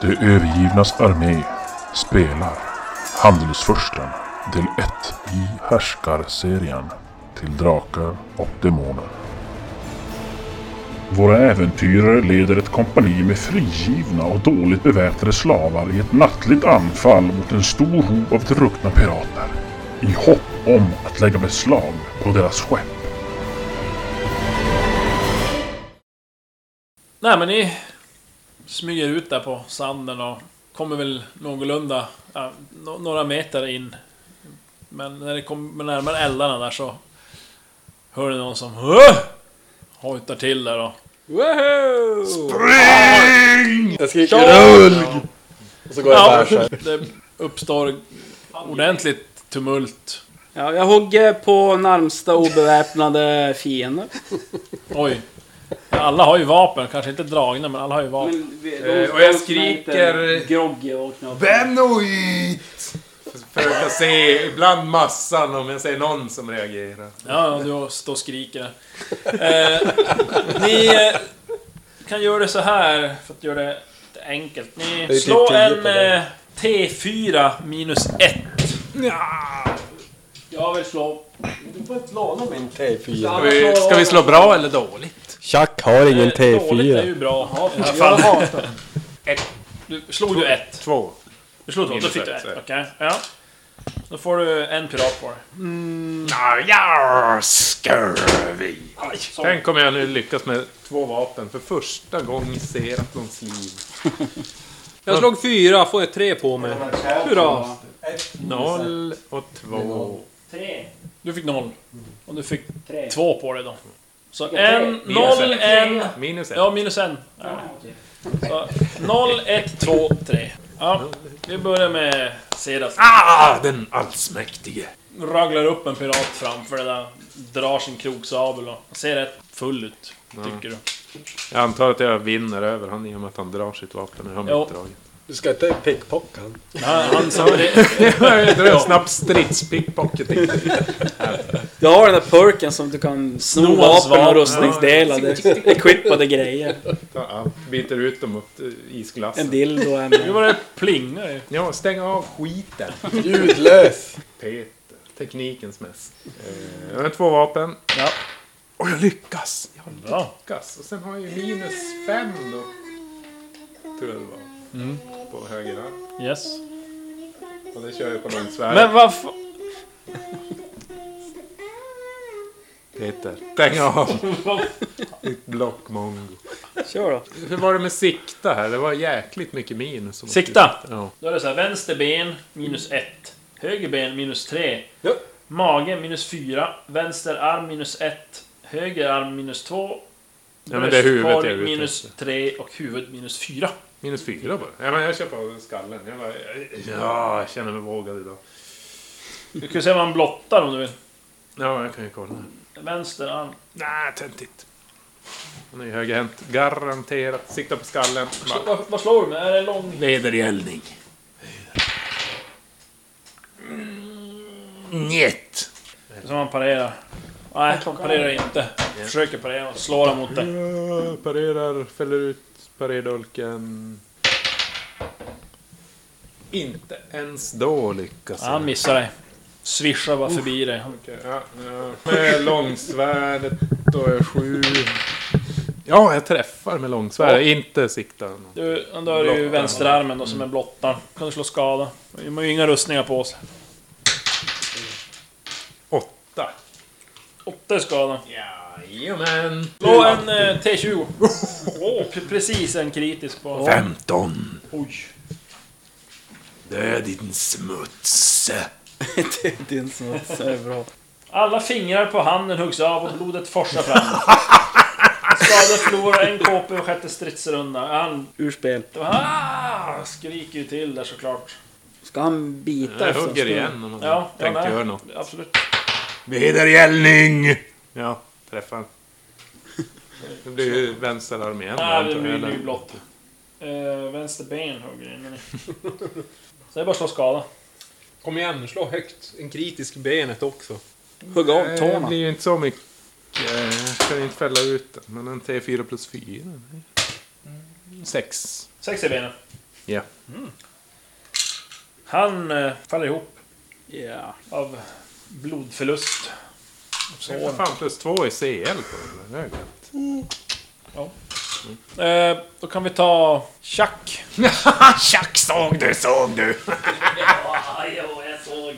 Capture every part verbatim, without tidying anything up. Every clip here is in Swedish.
De övergivnas armé spelar Handelsfursten del ett i härskarserien till drakar och demoner. Våra äventyrare leder ett kompani med frigivna och dåligt beväpnade slavar i ett nattligt anfall mot en stor hop av druckna pirater i hopp om att lägga beslag på deras skepp. Nej, men ni smyger ut där på sanden och kommer väl någorlunda ja, några meter in. Men när det kommer närmare eldarna där så hör ni någon som Åh! Hojtar till där och Woho! Spring! Jag skriker rull! Och så går jag ja, där så. det uppstår ordentligt tumult. Ja, jag hugger på närmsta obeväpnade fiender. Oj. Alla har ju vapen, kanske inte dragna, men alla har ju vapen. Eh, och jag skriker groggy och knappt. Benoit! För att jag se ibland massan om jag ser någon som reagerar. Ja, du står och skriker. Eh, ni eh, kan göra det så här för att göra det enkelt. Ni slår en eh, T fyra minus ett. Ja. Jag vill slå. Du får inte låna min T fyra. Ska vi, ska vi slå bra eller dåligt? Chuck har ingen T fyra. Dåligt är ju bra. Ja, i alla fall. Ett. Du, slog du ett? Två. Du slog två, då fick du ett. Okej, okay. Ja. Då får du en pirat på dig. Mm. Ja, ska vi. Tänk om jag nu lyckas med två vapen för första gången i Seratlons liv. Jag slog fyra, får jag tre på mig. Hurra! Noll och två. Tre. Du fick noll. Och du fick tre. Två på dig då. Så en, noll, en... Minus en. Ja, minus en. Ja. Så noll, ett, två, tre. Ja, vi börjar med Seras. Ah, den allsmäktige. Raglar upp en pirat framför det där. Drar sin kroksabel och ser rätt full ut, tycker du. Jag antar att jag vinner över han i och med att han drar sitt vapen när han Jo. är utdraget. Du ska inte pickpocka han. Ja, han sa det. Jag drar en snabb stridspickpocketing. Du har den där perken som du kan sno Sno vapen vapen. och rustningsdelar. Equippade grejer. Ta allt, byter ut dem mot uh, isglassen. En dildo är Nu med. var det plingar ju. Ja, stäng av skiten. Ljudlös. Peter, teknikens mäst. Uh, jag har två vapen. Ja. Och jag lyckas. Jag Bra. lyckas. Och sen har jag ju minus fem då. Tror jag det var. Mm. På höger arm. Yes. Och det kör jag på långsvärd. Men varför? Peter, stäng av. Ditt blockmongo. Kör då. Hur var det med sikta här? Det var jäkligt mycket minus. som Sikta? Ja. Då är det så här, vänster ben minus ett. Höger ben minus tre. Ja. Mage minus fyra. Vänster arm minus ett. Höger arm minus två. Ja, men det är huvudet jag är ute minus efter. tre och huvud minus fyra. Minus fyra bara. Ja, men jag kör på skallen. Jag bara, ja, jag känner mig vågad idag. Du kan se vad man blottar om du vill. Ja, jag kan ju kolla. Vänster arm. Nej, töntigt. Han är ju högerhänt. Garanterat. Sikta på skallen. Slå, vad, vad slår du med? Är det lång? Vedergällning. Njet. Som man parerar. Nej, han parerar inte. Försöker parera och slår han mot dig. Ja, parerar, fäller ut paredolken. Inte ens då lyckas Ja, han missar dig. Svischar bara förbi dig. Okej, ja, ja. Med långsvärdet då är sju. Ja, jag träffar med långsvärdet. Ja. Inte siktar. Du, då är det ju vänsterarmen då som är blottad. Kan du slå skada. De har ju inga rustningar på sig. Åtta. Åtta skada. Jajamän. Slå en eh, T tjugo. Åh, pre- precis en kritisk på. Femton. Oj. Död din smuts. Det är din smuts. Det är bra. Alla fingrar på handen huggs av och blodet forsar fram. Skadad förlorar en K P och sjätte stridsrunda. Han Ur spel. ah, skriker ju till där såklart. Ska han bita Jag hugger igen om man Ja, tänkte ja, nej, göra något. absolut. Vedergällning! Ja, träffar. Det blir ju vänsterarm igen. Nej, det blir eller? ju blott. Uh, vänster ben hugger in. Så det är bara att slå skada. Kom igen, slå högt. En kritisk benet också. Hugg av Det tårna. blir ju inte så mycket. Jag kan inte fälla ut den. Men en T fyra plus fyra. Sex. Sex i benen. Ja. Mm. Han eh, faller ihop Ja. av blodförlust. Så är fan plus två i C L på det. Det är gött. Eh, då kan vi ta Chuck. Tjack, såg du, såg du! Ja, jo, jag såg.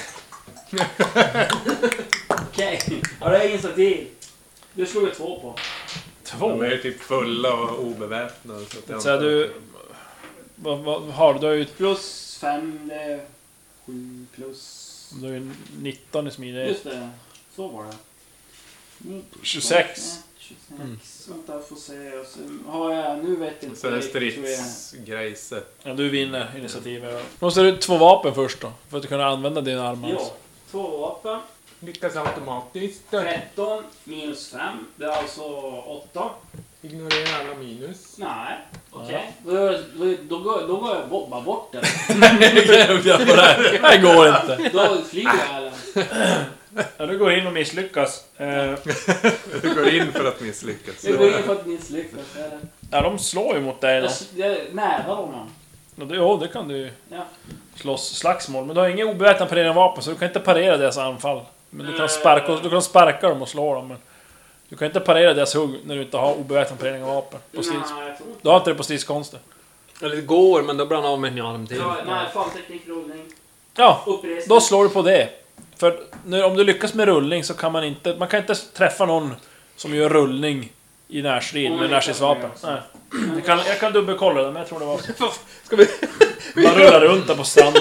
Okej, har du initiativ? Du slog ett två på. Två. De är ju typ fulla och obeväpnade. Så att jag Så är du... Vad, vad har du? Du har ju Plus fem, det är sju plus... du har ju nitton i smidighet. Just det, så var det. tjugosex. tjugosex. Vänta, jag får se. Och så har jag, nu vet jag inte. Så är det riktigt hur jag- stridsgrejser. Ja, du vinner initiativet. Då måste du två vapen först då. För att kunna använda dina armar. Ja, två vapen. Lyckas automatiskt. tretton minus fem, det är alltså åtta. Ignorera alla minus. Nej, okej. Då, då, då, går- då går jag bort, bara bort det. Det här går inte. Då flyger jag eller? Ja, du går in och misslyckas. Eh, Du går in för att misslyckas. Jag går in för att misslyckas. eller? ja, de slår ju mot dig då. Jag, jag nävar honom. Ja, det, jo, det kan du ju Ja. slåss slagsmål. Men du har ingen obeväpnad parerande vapen så du kan inte parera deras anfall. Men du kan sparka, du kan sparka dem och slå dem. Men du kan inte parera deras hugg när du inte har obeväpnad parerande vapen. På strids, Nej, jag tror inte. du har inte det på stridskonster. Eller det går, men då brann av med en arm till. Ja, nej, fan teknikrullning. Ja, Uppresning. då slår du på det. För när, om du lyckas med rullning så kan man inte... Man kan inte träffa någon som gör rullning i närstrid med närstridsvapen. Nej. Jag kan, jag kan dubbelkolla det, men jag tror det var så. Ska vi... Man rullar runt där på stranden.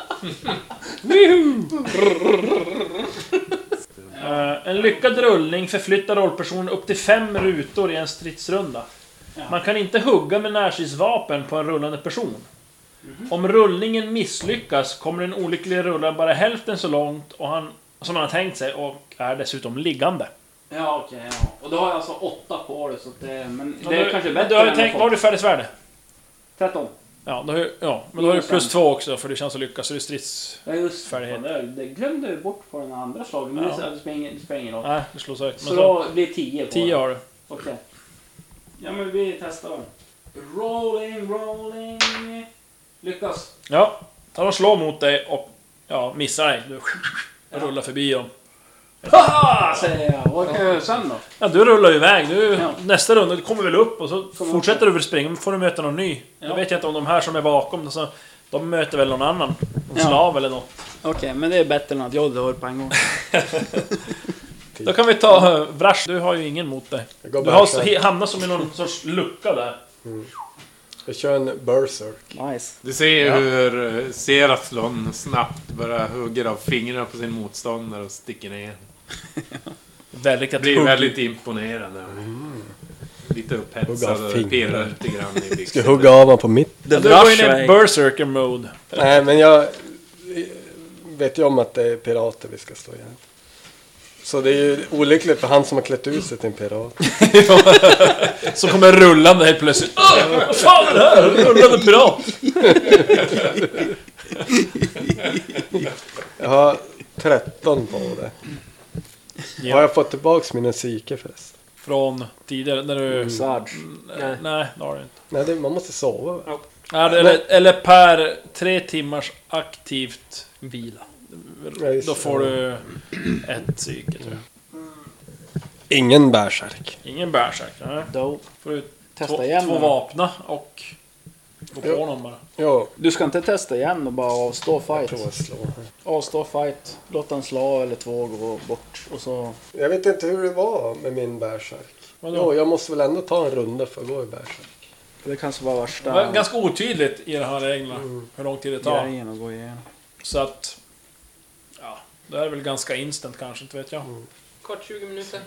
Uh, en lyckad rullning förflyttar rollpersonen upp till fem rutor i en stridsrunda. Ja. Man kan inte hugga med närstridsvapen på en rullande person. Om rullningen misslyckas kommer den olyckliga rullaren bara hälften så långt och han, som han har tänkt sig och är dessutom liggande. Ja, okej. ja. Och då har jag alltså åtta på det, så att det... Men Ja, det är du, kanske men bättre du har ju än tänkt, att vad har få- du färdighetsvärde? tretton. Ja, då har, ju- ja, men då har du plus två också för det känns att lyckas så det är strids... Ja, just Färdighet. det. Det glömde jag bort på den andra slagen. Men Ja. det, så- det spelar ingen- det spelar ingen roll. Nej, det slår säkert. Så Men så, då blir det tio på tio det. har du. Okej. Ja, men vi testar. Rolling, rolling. Lyckas. Ja, de slår mot dig och ja, missar dig. Du rullar förbi dem. Haha, säger jag. Vad kan jag göra sen då? Ja, du rullar ju iväg. Du, Ja. Nästa runda, du kommer väl upp och så Kommer fortsätter du väl springa. Men får du möta någon ny. Ja. Jag vet inte om de här som är bakom, så de möter väl någon annan. Någon Ja. slav eller något. Okej, men det är bättre än att jag dör på en gång. Då kan vi ta uh, Vrash. Du har ju ingen mot dig. Jag går Du har back. he- hamnat som i någon sorts lucka där. Jag kör en berserk. Nice. Du ser ju hur eh, Seratlon snabbt börjar hugga av fingrarna på sin motståndare och sticker ner. Väldigt Det att blir hugg. väldigt imponerande. Lite Hugga upphetsad av och fingrar. pirrar lite grann i Ska byxorna. jag hugga av honom på mitt? Ja, du går in i berserker mode. Nej, men jag vet ju om att det är pirater vi ska slå ihjäl. Så det är ju olyckligt för han som har klätt ut sig till en pirat. Så kommer rullande helt plötsligt. Åh, vad fan är det här? Rullande pirat. Jag har tretton på det. Ja. Har jag fått tillbaks mina psyke förresten? Från tidigare när du... Sarge. Nej, nej, det har du inte. Nej, det, man måste sova. Va? Ja, det- eller, eller per tre timmars aktivt vila. Ja, just Då det. får du ett psyke, tror jag. Ingen bärsärk. Ingen bärsärk. Nej. Då. Får du Testa två, igen två då. vapna och gå på Ja. honom bara. Ja, Du ska inte testa igen och bara avstå fight. prova att slå. Avstå fight. Låt en slag eller två gå bort. Och så... Jag vet inte hur det var med min bärsärk. Vadå? Jo, jag måste väl ändå ta en runda för att gå i bärsärk. Det kanske var Det värsta var ganska otydligt i de här reglerna hur lång tid det tar. grejen att gå igenom. Så att... Ja, det är väl ganska instant kanske, inte vet jag. Kort tjugo minuter.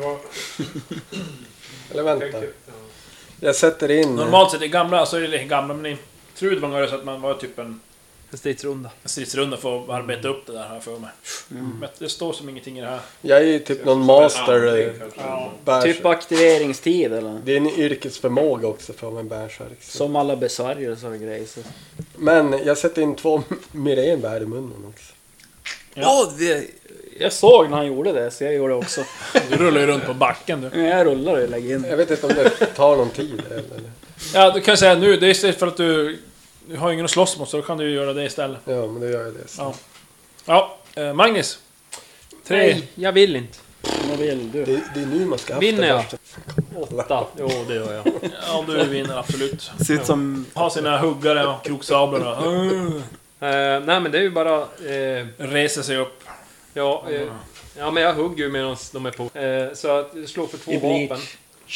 Eller vänta. Jag sätter in... Normalt sett i gamla, alltså i det gamla, men i Trudvang var det så att man var typ en, En stridsrunda. en stridsrunda för att arbeta upp det där här för mig. Men det står som ingenting i det här. Jag är ju typ någon master eh, Ja. bärsärk. Typ aktiveringstid eller? Det är en yrkesförmåga också för att vara en bärsärk. så. Som alla besvärjare så är det grejer. Så. Men jag sätter in två mirenbär i munnen också. Ja. Åh, det... Jag såg när han gjorde det, så jag gjorde det också. Du rullar ju runt på backen du. Men jag rullar och lägger in. Jag vet inte om det tar någon tid eller... Ja, du kan säga nu, det är istället för att du du har ju ingen att slåss mot så då kan du ju göra det istället. Ja, men då gör jag det. Ja, ja eh, Magnus. Tre. Nej, jag vill inte. Vad vill du? Det, det är nu man ska ha Vinner jag? första. Åtta. Jo, det gör jag. Ja, du vinner absolut. Ser ut som... Ha sina huggare och kroksablar och uh, Eh, nej, men det är ju bara... Eh, reser sig upp. ja, eh, ja, men jag hugger ju medan de är på. Eh, så att jag slår för två I bleach. vapen.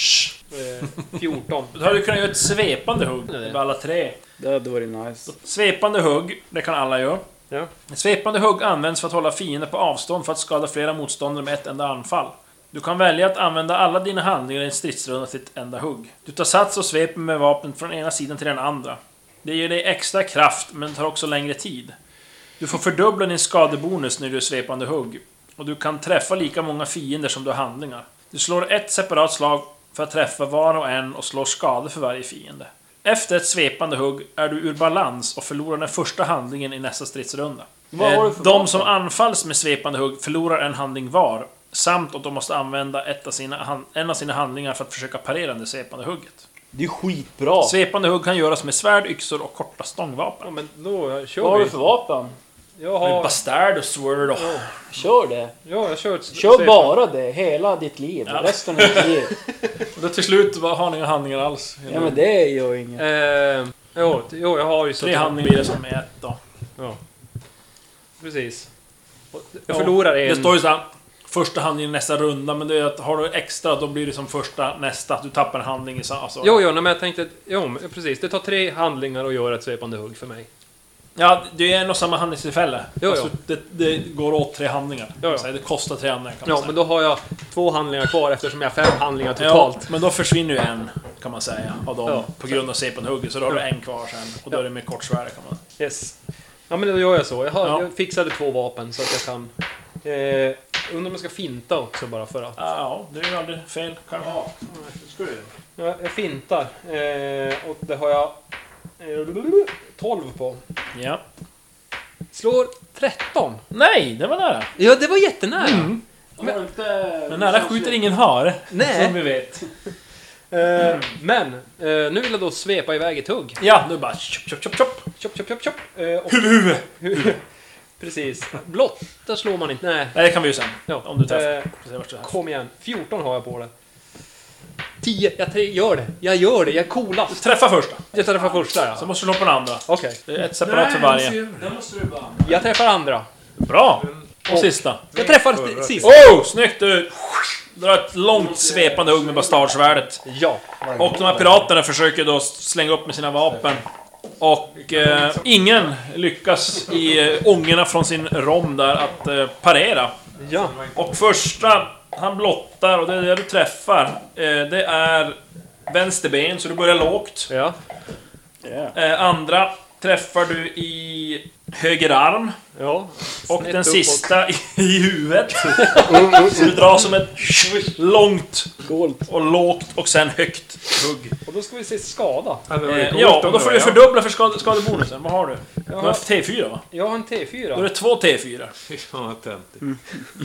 Eh, fjorton. Då har du kunnat göra ett svepande hugg med alla tre. Det hade varit nice. Svepande hugg, det kan alla göra. Ja. Ett svepande hugg används för att hålla fiender på avstånd för att skada flera motståndare med ett enda anfall. Du kan välja att använda alla dina handlingar i en stridsrunda till ett enda hugg. Du tar sats och sveper med vapen från ena sidan till den andra. Det ger dig extra kraft, men tar också längre tid. Du får fördubbla din skadebonus när du är svepande hugg. Och du kan träffa lika många fiender som du har handlingar. Du slår ett separat slag för att träffa var och en och slår skador för varje fiende. Efter ett svepande hugg är du ur balans och förlorar den första handlingen i nästa stridsrunda. Vad har du Eh, för De vapen? som anfalls med svepande hugg förlorar en handling var, samt att de måste använda ett av sina, han- en av sina handlingar för att försöka parera det svepande hugget. Det är skitbra. Svepande hugg kan göras med svärd, yxor och korta Ja, stångvapen. men då kör Vad har vi. du för vapen? Jag Med har... bastard och sword och... Kör det. Ja, jag kör ett... Kör bara det hela ditt liv. Ja. Resten av ditt liv. Och då till slut var- har ni inga handlingar alls. Ja men det gör ju inget. Eh, jo, jo, jag har ju så... Tre handlingar blir det som är ett då. Ja. Precis. Och jag förlorar en... Det står ju såhär, första handlingen nästa runda, men det är att har du extra då blir det som första nästa. Du tappar en handling i samma... Alltså, Jo, jo, nej, men jag tänkte... att- Jo, men precis. Det tar tre handlingar att göra ett svepande hugg för mig. Ja, det är en och samma handlingstillfälle. Jo, Alltså, jo. det, det går åt tre handlingar. kan Jo, man jo. säga. Det kostar tre handlingar kan man Ja, säga. men då har jag två handlingar kvar eftersom jag har fem handlingar totalt. Ja, men då försvinner ju en, kan man säga, av dem Ja. på grund av svepande hugget. Så då har du en kvar sen. Och då är det med kortsvärd kan man... Yes. Ja, men då gör jag så. Jag, har, Ja. jag fixade två vapen så att jag kan... Eh, undrar om jag ska finta också bara för att... Ja, det är ju aldrig fel. Kan jag ha. Ja, jag fintar. Eh, och det har jag... Eh, tolv på. Ja. Slår tretton. Nej, det var nära. Ja, det var jättenära. Mm. Men, inte... Men nära skjuter ingen har. Nej. Som vi vet. Eh, men, eh, nu vill jag då svepa iväg ett hugg. Ja, nu bara chop, chop, chop, chop. Chop, chop, chop, chop. Eh, och, Huvud, huvud. precis. Blotta slår man inte. Nej. Nej, det kan vi ju sen. Ja. Om du träffar. Eh, Får se vart det är. kom igen. fjorton har jag på det. tio. Jag tre- gör det. Jag gör det. Jag är coolast. Träffa första. Jag träffar första, Så ja. måste du slå på den andra. Okej. Det är ett separat för varje. Det måste du bara... Jag träffar andra. Bra! Och sista. Jag träffar sist. Oh, snyggt! Du drar ett långt svepande hugg med bastardsvärdet. Ja. Och de här piraterna försöker då slänga upp med sina vapen. Och eh, ingen lyckas i eh, ångorna från sin rom där att eh, parera. Ja. Och första han blottar, och det är det du träffar, eh, det är vänster ben, så du börjar lågt. Ja. Yeah. Eh, andra träffar du i höger arm. Ja. Och Snett den uppåt. sista i, i huvudet. Så du drar som ett långt Coolt. och lågt och sen högt hugg. Och då ska vi se skada. Eh, ja, och då får du fördubbla för skade, skadebonusen. Vad har du? Du har T fyra va? Jag har en T Då är fyra. det två T fyra. Fy fan vad töntigt.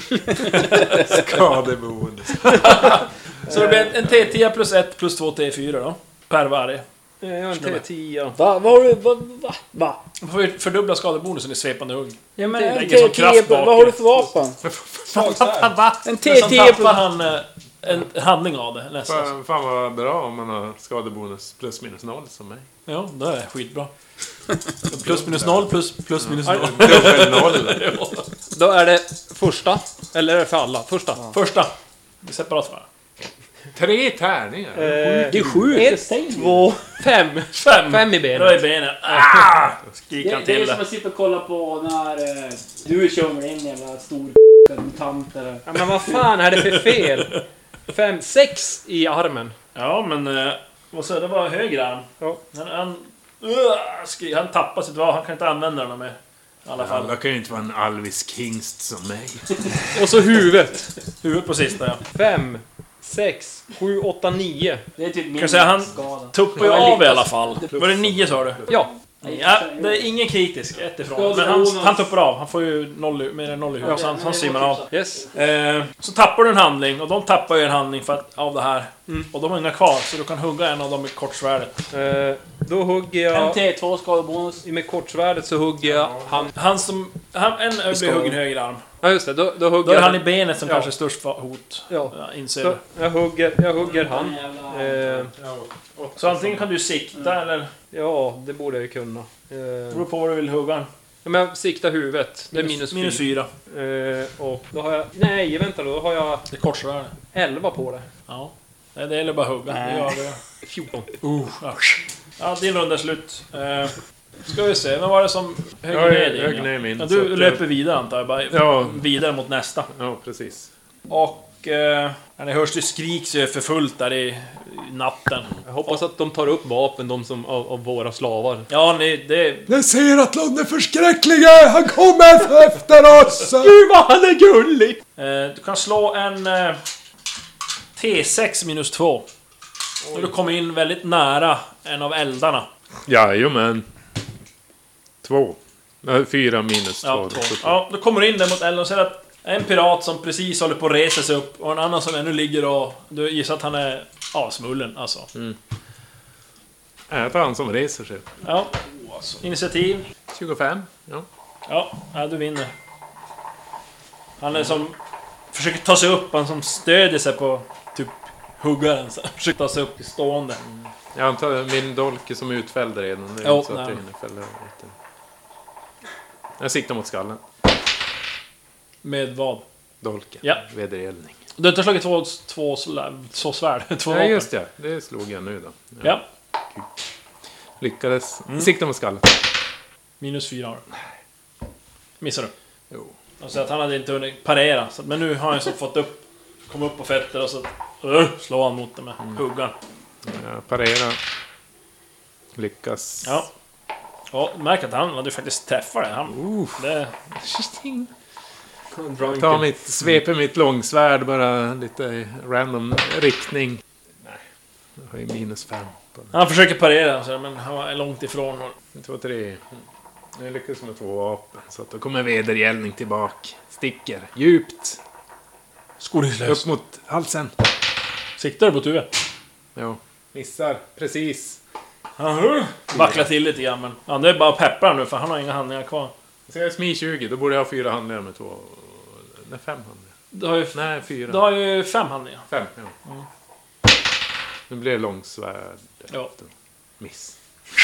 Skadeboende. Så det blir en, en T tio plus ett plus två T fyra då. Per varje. Jag har en T tio. Va? Vad har du... Va? Va? Va? Då får vi fördubbla skadebonusen i svepande hugg. Ja men Det en ligger som T kraft tio... bak Vad i. har du för vapen? Va? En Men T sen tio... tappar han eh, en handling av det nästa. Fan, fan vad bra om man har skadebonus plus minus noll som mig. Ja, det är skitbra. Plus minus noll plus plus minus noll. Dubbel noll. Då är det första. Eller är det för alla? Första. Första. Det är separat för. Tre tärningar. Eh, Det är sjukt. Ett, två, fem. Fem. Fem i Dra i benet. benen. Ah! Skriker Det, han det är till som det. att sitta och kolla på när eh, du kör med en jävla stor mutant eller... Ja, men vad fan är det för fel? Fem, sex i armen. Ja, men... Eh, vad sa jag? Det var höger arm. Ja. Han... Han, uh, skri, han tappar sitt vapen. Han kan inte använda den mer. I alla fall. Alla kan ju inte vara en alvisk hingst som mig. Och så huvudet. Huvudet på sista, ja. Fem, sex, sju, åtta, nio. Det är typ min jag säga, han- skada. Tuppar ju Ja, av i lyckas. alla fall. Var det nio sa du? Ja. Ja, det är ingen kritisk, ett ifrån. Men han, han tuppar av, han får ju noll, mer än noll i huvudet, så han, han svimmar av. Yes. Eh, så tappar du en handling, och de tappar ju en handling för att, av det här. Mm. Och de har inga kvar, så du kan hugga en av dem med kortsvärdet. Eh, då hugger En jag... T två skadebonus. Med kortsvärdet så hugger jag han... Han som... Han, en blir ska- huggen höger arm. Ja just det, då, då hugger Då är det jag... han i benet som Ja. kanske är störst hot. Ja. Ja, inser Så du. jag hugger, jag hugger han. Eh, Så antingen kan du sikta eller... ja, det borde jag ju kunna. Eh, Det beror på vad du vill hugga. ja, men jag siktar huvudet. Det är minus, minus fyra. fyra. Eh, och då har jag... Nej, vänta då. Då har jag Det är kortsvärde. elva på det. Ja. Nej, det gäller bara att hugga. Det gör det. fjorton. Uh, ja. ja, din runda är slut. Eh, ska vi se, vem var det som högg Jag ner din? högg ja? ner min, Ja, så du att löper jag- vidare antar jag, bara Ja. vidare mot nästa. Ja, precis. Och... Eh, ja, det hörs det skriks ju för fullt där i, i natten. Jag hoppas att de tar upp vapen, de som av, av våra slavar. Ja, ni, det... Jag ser att Lund är förskräckliga! Han kommer efter oss! Gud vad han är gullig! Eh, du kan slå en eh, T sex minus två. Och du kommer in väldigt nära en av eldarna. Jajamän. Två. Nej, fyra minus Ja, två. två. Ja, du kommer in där mot elden och ser att en pirat som precis håller på att resa sig upp och en annan som ännu ligger och... Du gissar att han är avsmullen, alltså. Jag tar han som reser sig. Ja. Initiativ. tjugofem. Ja. Ja, ja, du vinner. Han är som... Försöker ta sig upp, han som stödjer sig på typ huggaren. Så försöker ta sig upp i stående. Jag antar min dolk är som utfälld redan. Det är Jo, inte så att nej. jag hinner fälla lite. Jag siktar mot skallen. Med vad? Dolken. Ja. Vedergällning. Du har inte slagit två, två, slä- två svärd? Två Nej, vapen? just det. Det slog jag nu då. Ja. Lyckades. Sikta mot skallen. Minus fyra har du. Missar du? Jo. Alltså att han hade inte hunnit parera. Så, men nu har han så fått upp... Kom upp på fötter och så... Uh, slår han mot det med huggan. Jag parerar. Lyckas. Ja. Ja, märk att han hade faktiskt träffat det. Han, det Jag tar mitt, sveper mitt långsvärd bara lite i random riktning. Nej. Jag har ju minus fem på det. han försöker parera, så, men han är långt ifrån. Och, Två, tre. Jag lyckas med två vapen. Så att då kommer vedergällning tillbaka. Sticker djupt. Upp mot halsen. siktar du på huvudet? Jo. Missar. Precis. Han vacklar till lite grann, men... Ja, det är bara att peppra nu, för han har inga handlingar kvar. Så jag är smi tjugo. Då borde jag ha fyra handlingar med två... Nej, fem handlingar. Du har ju, Nej, fyra. du har ju fem handlingar. Fem, ja. Nu blir det långsvärd. Ja. Miss.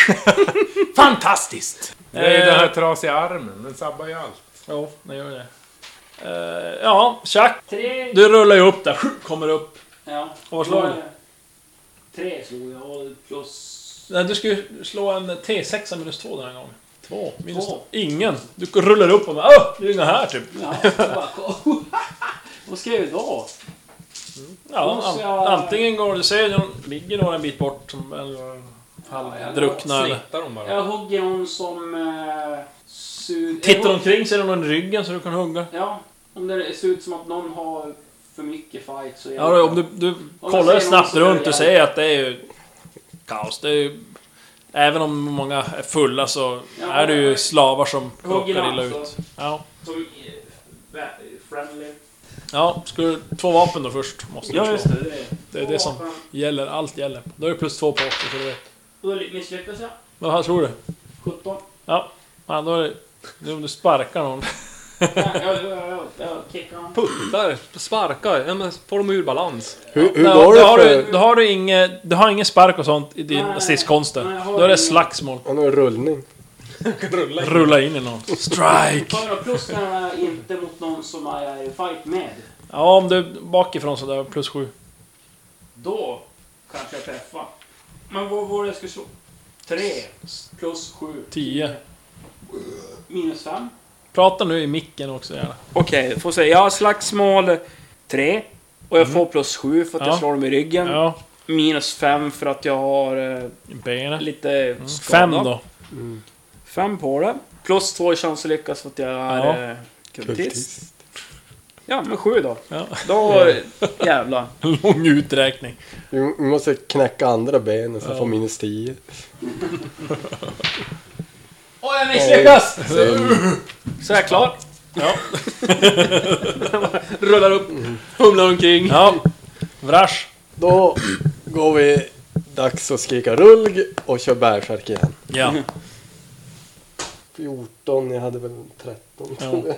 Fantastiskt! Det är ju Eh. den här trasiga armen. Den sabbar ju allt. Jo, det gör det. Uh, ja, Chuck. Tre. Du rullar ju upp där, kommer upp. Ja. Och vad slår du? Tre slog jag och plus... Nej, du ska ju slå en T sex minus två den här gången. Två, minus Två. två. Ingen. Du rullar upp och bara, åh, det är inga här typ. Ja, jag bara, vad ska jag göra då? Ja, Måste an- jag- antingen går du ser de ligger några en bit bort som eller halvdruckna eller... Snittar de bara. Jag hugger någon som... Eh, sud... Tittar omkring så är det någon i ryggen så du kan hugga. Ja, om det ser ut som att någon har för mycket fight så... Ja, då, om du, du kollar ser snabbt någon som runt är och ser att det är ju kaos. Det är ju, även om många är fulla så Ja, är det ju ja. slavar som Hugger råkar illa alltså. ut. Ja. Som eh, friendly. Ja, ska du två vapen då först? Måste du Ja, slå. just det. Det är, Det är det som gäller, allt gäller. Då är det plus två på åtta så du vet. Då misslyckas jag. Vad här tror du? sjutton. Ja, ja då är det... det är om du sparkar någon. Ja, jag, jag, jag, jag kickar honom. Puttar, sparkar, ja, men får de ur balans. Hur, hur Ja, går då, det har för... du, då har du inget... Du har ingen spark och sånt i din Nej, assistkonster. nej, jag har Då är det ingen- slagsmål. Han har en rullning. Rulla in i någon. Strike! Tar jag plus när jag inte mot någon som jag är i fight med. Ja, om du är bakifrån så där plus sju. Då kanske jag träffar. Men vad var det jag skulle slå? Tre plus sju. Tio. Minus fem. Prata nu i micken också gärna. Okej, får se. Jag har slagsmål tre. Och jag får plus sju för att Ja. jag slår dem i ryggen. Ja, Minus fem för att jag har eh, i benet. lite skada. Fem då. Fem på det. Plus två i chans att lyckas för att jag är Ja. ja. kultist. Ja, men sju då. Ja. Då jävlar. Lång uträkning. Vi vi måste knäcka andra benen så Ja. får minus tio. Åh, jag misslyckas! Sen, Så är jag klar. Ja. Rullar upp, humlar omkring. Ja. Vrash. då går vi dags att skrika rulg och kör bärsärk igen. Ja. fjorton, jag hade väl tretton. Ja.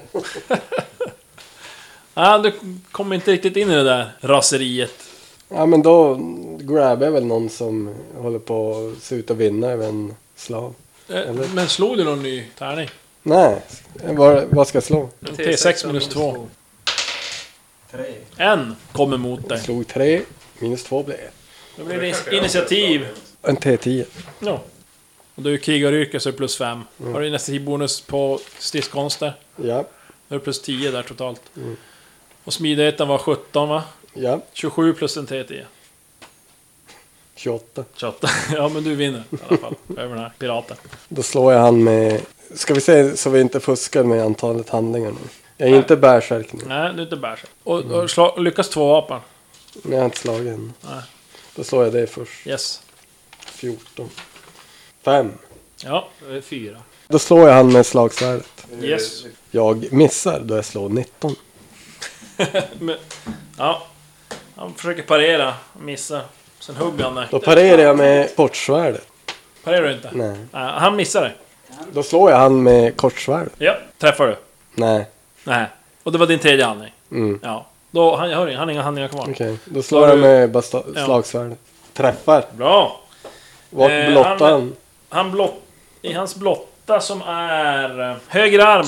Ja, du kommer inte riktigt in i det där raseriet. Ja, men då grabbar jag väl någon som håller på att se ut att vinna över en slav. Eh, Men slog du någon ny tärning? Nej, vad, vad ska jag slå? T sex minus två. En kommer mot dig. Jag slog tre, minus två blir ett. Då blir det initiativ. En T tio. Ja. Och du är krigaryrke så är det plus fem. Har du initiativbonus på stridskonster? Ja, Då är det plus tio där totalt. Och smidigheten var sjutton va? ja, tjugosju plus en T tio. tjugoåtta. tjugoåtta. Ja men du vinner i alla fall. Över den här piraten. Då slår jag han med... Ska vi se så vi inte fuskar med antalet handlingar nu. Jag är inte bärsärk nu. Nej, du är inte bärs. Och, och slå, lyckas två vapen. Men jag har inte slagit än. Nej. Då slår jag det först. Yes. fjorton. fem. Ja. Fyra. Då slår jag han med slagsvärdet. Yes. Jag missar då jag slår nitton. Men, ja. Han försöker parera. Missar. Sen hugger han dig. Då parerar jag med kortsvärdet. Parerar du inte? Nej. Nej, han missar dig. Då slår jag han med kortsvärdet. Ja. Träffar du? Nej. Nej. Och det var din tredje handling? Mm. Ja. Då, han, jag hör inga, han har inga handlingar kvar. Okej. Då slår jag med basta- Ja. slagsvärdet. Träffar. Bra! Vart Eh, blottar han- han? Han blott... I hans blotta som är... eh, Höger arm.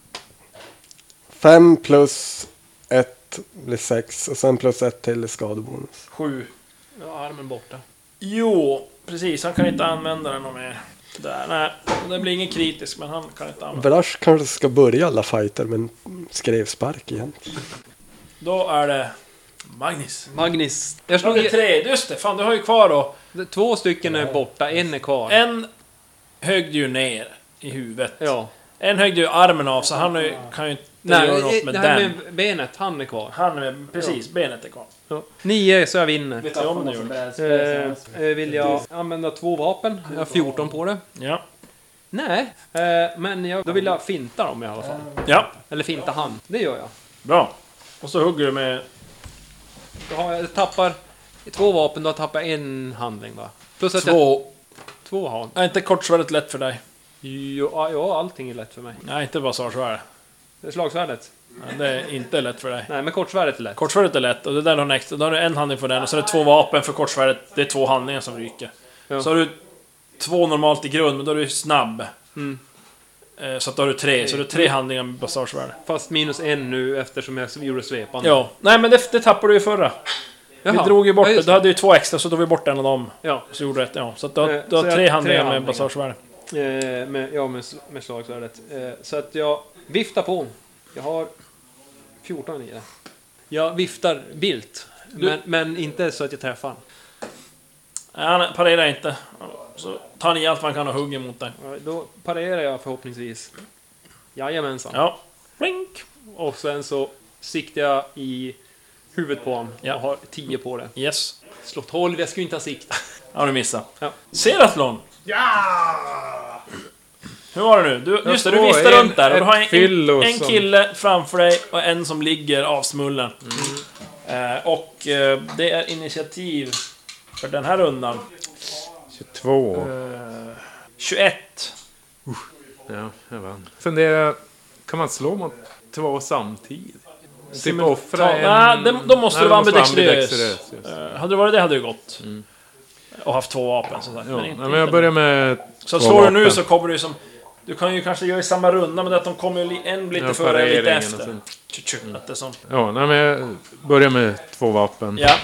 Fem plus ett blir sex. Och sen plus ett till skadebonus. Sju. Ja, armen borta. Jo, precis. Han kan inte använda den någon mer. Där, nej. Den blir ingen kritisk, men han kan inte använda den. Vrash kanske ska börja alla fighter med en skrevspark igen. Då är det... Magnus. Magnus. Jag Jag slog slog tre. Just det, fan du har ju kvar då. Två stycken är borta, en är kvar. En högg ju ner i huvudet. Ja. En högg ju armen av, så han har ju- kan ju inte Nej, göra något med det här den. med benet, han är kvar. Han är precis, benet är kvar. Ja. Nio, så jag vinner. Ja, men det gjorde Eh, eh, vill jag använda två vapen? Jag har fjorton på det. Ja. Nej, eh, men jag, då vill jag finta dem i alla fall. Ja, Eller finta han. Det gör jag. bra. Och så hugger du med... Då har jag, jag tappar två vapen, då tappar jag en handling va? Plus att jag... Två... Två har Är inte kortsvärdet lätt för dig? Jo, ja, allting är lätt för mig. Nej, inte basarsvärd. Det är slagsvärdet. Nej, det är inte lätt för dig. Nej, men kortsvärdet är lätt. Kortsvärdet är lätt och det där har en extra. Då har du en handling för den och så är det två vapen för kortsvärdet. Det är två handlingar som ryker. Ja. Så har du två normalt i grund, men då är du snabb. Mm. Eh, Så att då har du tre. Så du har tre handlingar med basarsvärd. Fast minus en nu eftersom jag gjorde svepande. Ja. Nej, men det, det tappade du ju förra. Vi Jaha. drog ju bort Ja, det. just Du hade ju två extra, så tog vi bort en av dem. Ja, Så gjorde du ett, ja. Så att du har, Eh, du har så jag- tre handlingar tre med handlingar. basarsvärd. eh, med, ja med, med slagsvärdet. Eh, så att jag viftar på. Jag har fjorton i det. Jag viftar vilt. Men, men inte så att jag träffar. Nej, han parerar inte. Så tar han i allt man kan och hugger mot dig. Ja, då parerar jag förhoppningsvis. Jajamensan. Ja. Blink! Och sen så siktar jag i huvudet på honom. Ja. Jag har tio på det. Yes. Slå tolv, jag skulle inte ha sikt. Ja, du missade. Ja. Seratlon! Ja! Hur var det nu? Du, just det, du får viftar en- runt där och du har ett en, fyllo en som- kille framför dig och en som ligger avsmullen. Eh, och eh, det är initiativ för den här rundan. tjugotvå. Eh, tjugoett. Ja, jag vann. Funderar, kan man slå mot två samtidigt? Typ offra en... Nej, det, då måste Nej, du vara måste ambidextrös. ambidextrös, just. Eh, hade det varit det hade det gått. Och haft två vapen som sagt. Ja, inte- nej, men jag börjar med Så två slår du nu vapen. så kommer du som... Du kan ju kanske göra i samma runda, men det är att de kommer ju li- en lite Ja, före och lite pareringen och efter. sen- Tju, tju, att det är som... Ja, nej, men jag börjar med två vapen. Ja,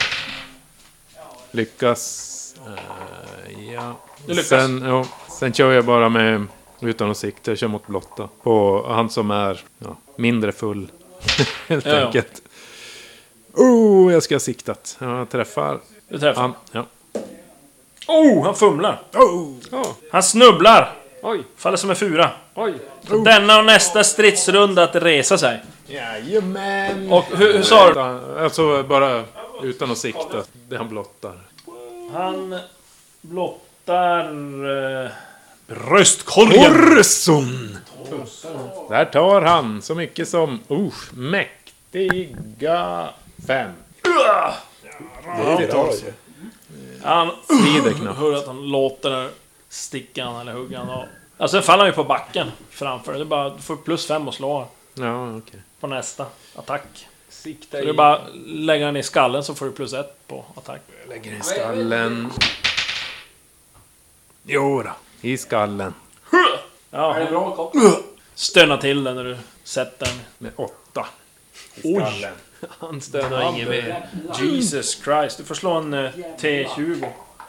Lyckas. Eh, ja. Du lyckas. Sen, ja, sen kör jag bara med utan att sikta. Jag kör mot blotta. På han som är ja, mindre full. Helt Ja, ja. enkelt. Oh, jag ska ha siktat. Jag träffar. du träffar. Han, ja. Oh, han fumlar! Ja. Han snubblar! Oj, Faller som en fura. oj. Så denna och nästa stridsrunda att resa sig. Jajamän! Och hur, hur sa du? Alltså bara utan att sikta. Det han blottar. Han blottar... Eh, Röstkorgen! Korson! Där tar han så mycket som... Uh, mäktiga fem. Det är bra ju. Han Svider knappt. hör att han låter den sticka han eller hugga han av. Alltså sen faller han ju på backen framför. Det är bara, du får plus fem och slå Ja, okej. på nästa attack. Sikta Så det är bara lägga den i skallen så får du plus ett på attack. Lägger i skallen. Jo då, i skallen. Ja, Är det bra kopp? stöna till den när du sätter den. Med åtta. I Oj. skallen. Han stönar ingen mer. Jesus Christ, du får slå en eh, T tjugo.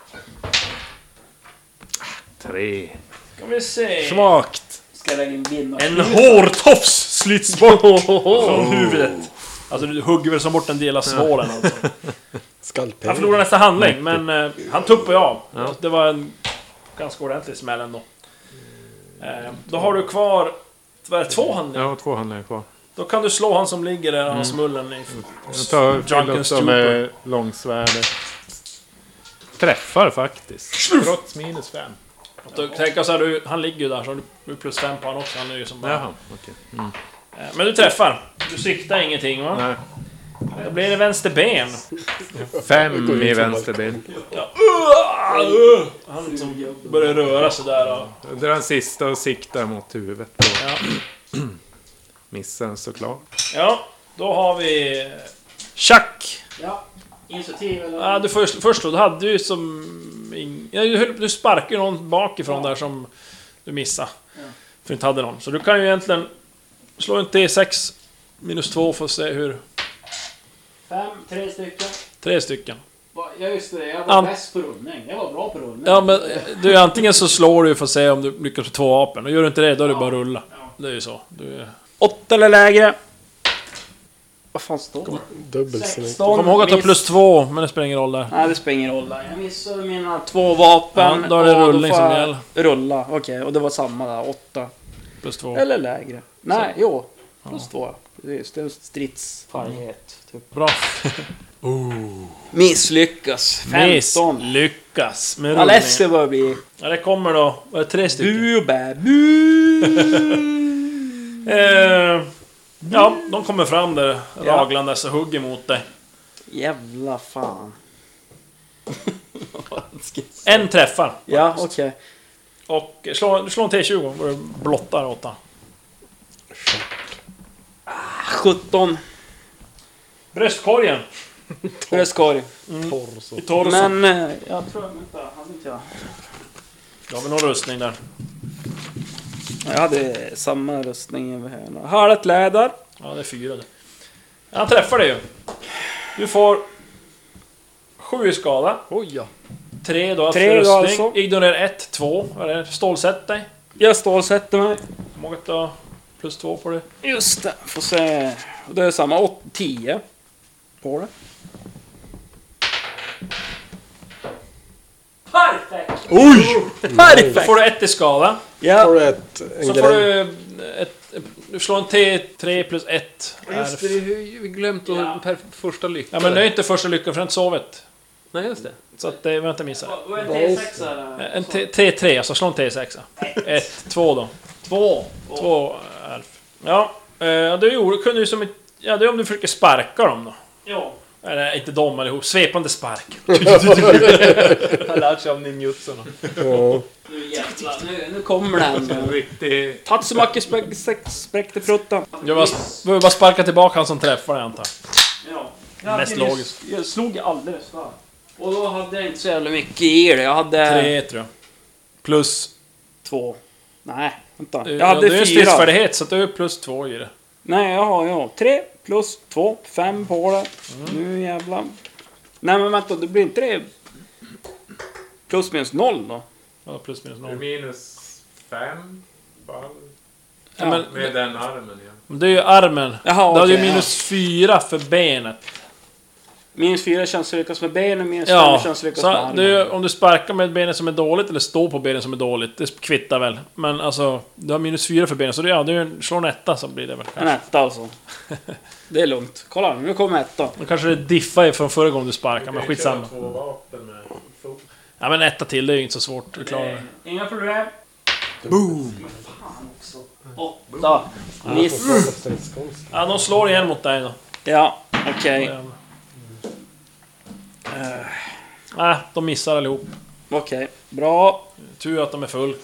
Tre. Ska vi se. Svagt. Ska jag lägga in bin? En hårtofs slits bort från huvudet. Alltså du hugger väl som bort en del av svålen alltså. Skalpell. Han förlorar nästa handling, men eh, han tuppar ju av. Det var en ganska ordentlig smäll ändå. Eh, då har du kvar vad är det, två handlingar. Jag har två handlingar kvar. Då kan du slå han som ligger där, han smullen i Jag tar Drunken också med långsvärdet. Träffar faktiskt. Trots minus fem. Då tänker jag så här, du, han ligger ju där så du är plus fem på han också. Han är ju som bara... Jaha, okej. Mm. Eh, Men du träffar. Du siktar ingenting va? Nej. Då blir det vänster ben. Fem i vänsterben. Ja. Han som börjar röra sig där och... Jag drar den sista och siktar mot huvudet. Då. Ja. Missar den såklart. Ja, då har vi... Chuck! Ja. Initiativ eller? Ja, du först, först då, du hade ju som... ing- Ja, du, höll- du sparkade ju någon bakifrån där som du missade. Ja. För du inte hade någon. Så du kan ju egentligen slå en T sex minus två för att se hur... Fem, tre stycken. Tre stycken. Va- Ja just det, jag var An- bäst på rullning. Jag var bra på rullning. Ja, men du, antingen så slår du för att se om du lyckas med två vapen. Och gör du inte det, då är det bara att rulla. Det är ju så. Du är... Åtta eller lägre. Vad fan står det? Dubbelt så mycket. Kom ihåg att ta plus två, men det spelar ingen roll där. Nej, det spelar ingen roll där. Jag missade mina två vapen. Ja, då är det och rullning får som jag gäller. Rulla, okej. Och det var samma där, åtta. Plus två. Eller lägre. Nej, jo. Plus två. Precis, det är stridsfärdighet. Typ. Bra. Misslyckas. femton. Lyckas med Vad rullningen. ledsen börjar bli. Ja, det kommer då. Vad är det, tre stycken? Bu och bä. Bu! Eh, ja, de kommer fram där Ja. raglandes och hugger mot dig. Jävla fan. En träffar. Ja, okej. Och slå, slå en T tjugo och du blottar åt han. sjutton. Bröstkorgen. Bröstkorg. Torso. I torso. Men, eh, jag tror... Vänta, hade inte jag... Då har vi någon rustning där. Jag hade samma rustning över här. Härligt läder. Ja, det är fyra det. Han träffar dig ju. Du får sju i skada. Oj ja. Tre då, Tre för då rustning. alltså. Ignorera ett, två. Eller stålsätt dig. Jag stålsätter mig. Kom ihåg att du har plus två på det. Just det. Får se. Och det är samma. åtta, tio. På det. Perfekt! Oj! Då Perfekt! får du ett i skada. Får Ja. du ett, en Så får grej? du ett... Du slår en T tre plus ett. Just det, vi har glömt att per första lycka. Ja, men det är inte första lyckan för jag har inte sovit. Nej, just det. Så att det var inte missat. Vad är T sex här? En T- T tre, alltså slå en T sex. Ett, två då. Två. Två är... Ja, eh, du gjorde, kunde ju som ett... Ja, det är om du försöker sparka dem då. Ja. Eller inte dem allihop, svepande spark. har lärt sig av ninjutsurna. Ja. Nu jävlar, nu, nu kommer den. En riktig... Tatsumaki spräck, spräck, spräckte fruttan. Jag var, behöver bara sparka tillbaka han som träffar jag antar. Ja. Mest jag, logiskt. Jag slog alldeles för. Och då hade jag inte så jävla mycket i det. Jag hade Tre tror jag. Plus... två. Nej, vänta. Jag Jag hade det är en fyra. stridsfärdighet så du är plus två i det. Nej, jag har ja. Tre plus två. Fem på det. Mm. Nu jävlar. Nej men vänta, det blir inte det. Plus minus noll då? Ja, plus minus Det är noll. minus fem. Fall. Ja, men, Med den armen igen. det är ju armen. Jaha, Du hade ju okej, minus fyra för benet. Minus fyra chans att lyckas med benen, minus Ja, fem chans att lyckas med så armen. det är, ju- om du sparkar med ett ben som är dåligt eller står på benen som är dåligt, det kvittar väl. Men alltså, du har minus fyra för benen, så det, ja, du slår en etta så blir det väl En kanske. etta alltså. Det är lugnt. Kolla, nu kommer etta. Men kanske det diffar från förra gången du sparkar, men skitsamma. Två vapen med fot. Ja men etta till, det är ju inte så svårt att klara det. Inga problem. Boom! Fan också. Åtta. Miss. Ja, de slår igen mot dig då. Ja, okej. Okay. Nej, de missar allihop. Okej, bra. Tur att de är full.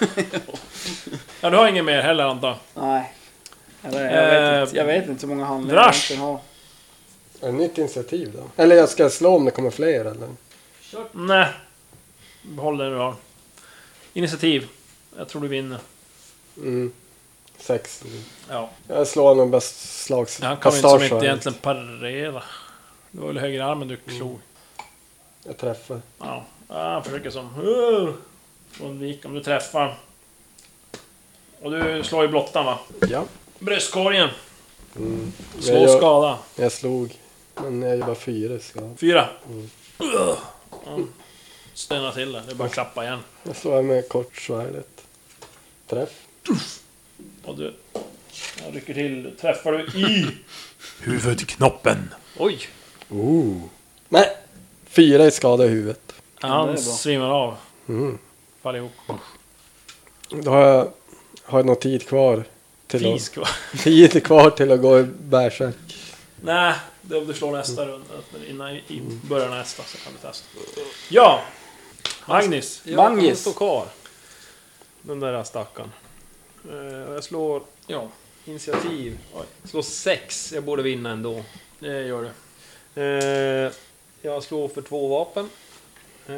Ja, du har ingen mer heller, antar jag. Nej. Eller, jag, vet Eh, inte, jag vet inte hur många handlingar Drash. jag har. Ett nytt initiativ då? Eller jag ska slå om det kommer fler eller? Nej. Behåll det du har. Initiativ. Jag tror du vinner. Mm. Sex. Ja. Jag slår nog bäst slags... Han kan ju inte så mycket passage. egentligen parera. Det var väl höger armen du slog. Jag träffar. Ja. Ja, han försöker som... Uh, undvika om du träffar. Och du slår i blottan, va? Ja. Bröstkorgen. Mm. Slå Jag, jag, skada. jag slog. Men jag är ju bara fyra skada. Fyra. Mm. Uh. Ja. Stanna till det. Det är bara att klappa igen. Jag slår med kortsvärdet. Träff. Och du... Jag rycker till. Träffar du i... Huvudknoppen. Oj! Ooh. Nej! Fyra i skada i huvudet. Han bra. svimmar av. Mm. Faller ihop. Då har jag, har jag någon tid kvar. Till Fisk, va? att, tid kvar till att gå i bärsärk. Nej, det är om du slår nästa runda. Innan i i början av nästa så kan du testa. Ja! Magnus. Ja, Magnus. han står kvar. Den där stackaren. Eh, jag slår Ja, initiativ. Oj. Slår sex. Jag borde vinna ändå. det gör du. Eh, jag slår för två vapen. Eh,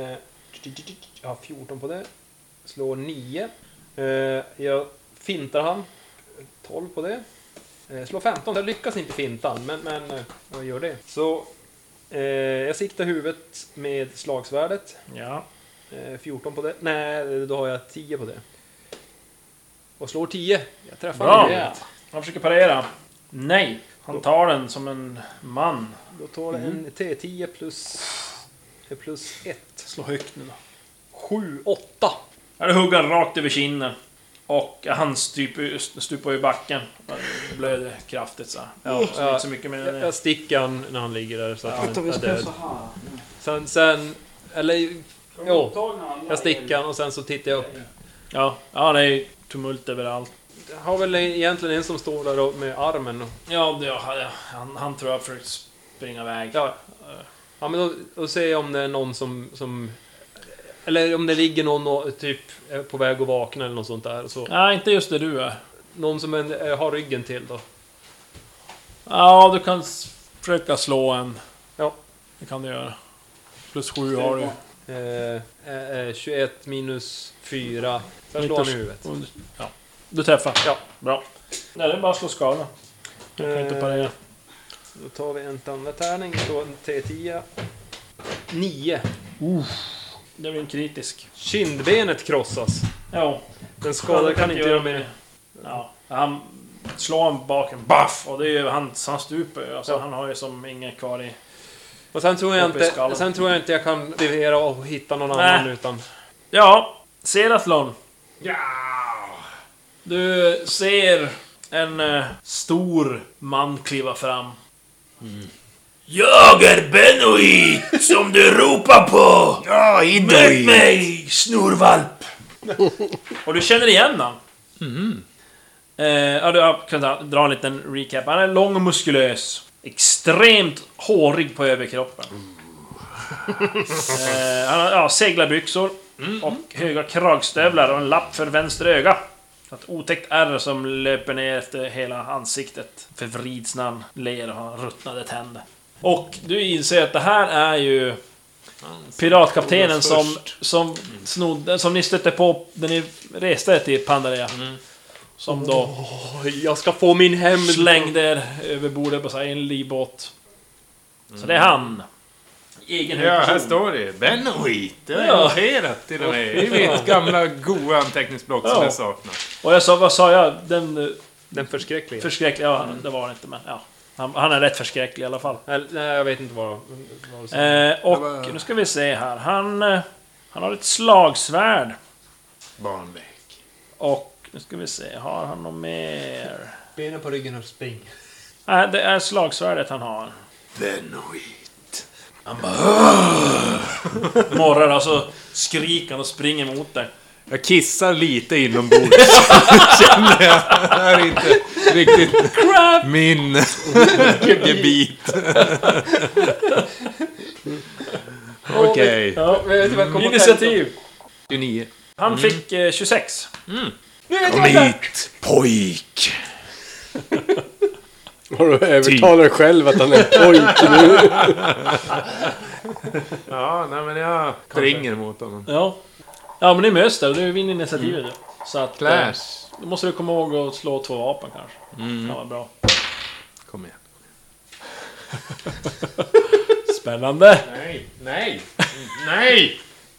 jag har fjorton på det. Slår nio. Eh, jag fintar han. tolv på det. Eh, slår femton. Jag lyckas inte finta han, men, men eh, jag gör det. Så eh, jag siktar huvudet med slagsvärdet. Ja. Eh, fjorton på det. Nej, då har jag tio på det. Och slår tio. Jag träffar Bra. nio. Ja. Han försöker parera. Nej, han tar den som en man. Då tar det en T tio plus, plus ett. Slå högt nu då. sju, åtta. Ja, du hugger han rakt över kinden. Och han stupar, stupar i backen. Det blöder kraftigt så här. Ja, så Ja, inte så mycket mer än Jag, det. jag sticker han när han ligger där så att Ja, han Vänta, vi är ska död. så här. Sen, sen, eller, jo, jag sticker han och sen så tittar jag upp. Ja, ja, det är ju tumult överallt. Jag har väl egentligen en som står där och- med armen. Och, Ja, det, ja han, han tror jag försökt springa iväg. ja, ja, men då, då ser jag om det är någon som, som eller om det ligger någon och, typ är på väg att vakna eller något sånt där. Så, Nej, inte just det du är. någon som är, har ryggen till då. Ja, du kan s- försöka slå en. Ja. Det kan du göra. Plus sju har du. Eh, eh, tjugoett minus fyra. Sen slår han i huvudet. Ja. Du träffar. Ja. Bra. Nej, det är bara att slå skada. Jag kan inte parera. Då tar vi en andra tärning. Då en T tio. nio. Det blir en kritisk. Kindbenet krossas. Ja. Den skadade kan inte göra mer. Ja. Han slår han baken. Baff! Och det är ju han, han stupar ju. Alltså, Ja. han har ju som inget kvar i... Och sen tror jag Uppe i inte, skallen. sen tror jag inte jag kan divera och hitta någon Nej. annan utan... Ja, Seratlon. Ja. Du ser en eh, stor man kliva fram. Jag är Benoit som du ropar på. Ja, Möt mig, snorvalp. Och du känner igen han. Eh, ja, du kan dra en liten recap. Han är lång och muskulös. Extremt hårig på överkroppen. eh, han har ja, seglarbyxor och höga kragstövlar och en lapp för vänster öga. Ett otäckt ärr som löper ner efter hela ansiktet. Förvrids när han ler och har ruttnade tänder. Och du inser att det här är ju piratkaptenen som, som snodde, som ni stötte på när ni reste till Pandaria. Som då Jag ska få min hämnd! slängde er över bordet på sig i en livbåt. Så det är han. Egen Ja, här person. står det. Benoit. Det är Ja. noterat till och med. I mitt gamla goa anteckningsblock som Ja. jag saknar. Och jag sa, vad sa jag? Den eh, Den förskräckliga. förskräckliga, ja det var det inte men ja. Han, han är rätt förskräcklig i alla fall. Eller, nej, jag vet inte vad, vad du säger. Eh, och nu ska vi se här. Han, eh, han har ett slagsvärd. Barnväg. Och nu ska vi se, har han något mer? Benen på ryggen och spring. Nej, det är slagsvärdet han har. Benoit. Morrar alltså skriker och springer mot dig. Jag kissar lite inombords. Känner jag. Det här är inte riktigt min gebit. Okej. Ja. Okay. Initiativ. tjugonio. Han fick eh, tjugosex. Kom hit, pojk. Har du övertalat dig själv att han är pojk nu? Ja, nej men jag springer mot honom. Ja. Ja, men det är med öster. Du vinner initiativet. Mm. Så att... Clash. Då måste du komma ihåg att slå två vapen kanske. Mm. Ja, vad bra. Kom igen. Spännande. Nej, nej, nej.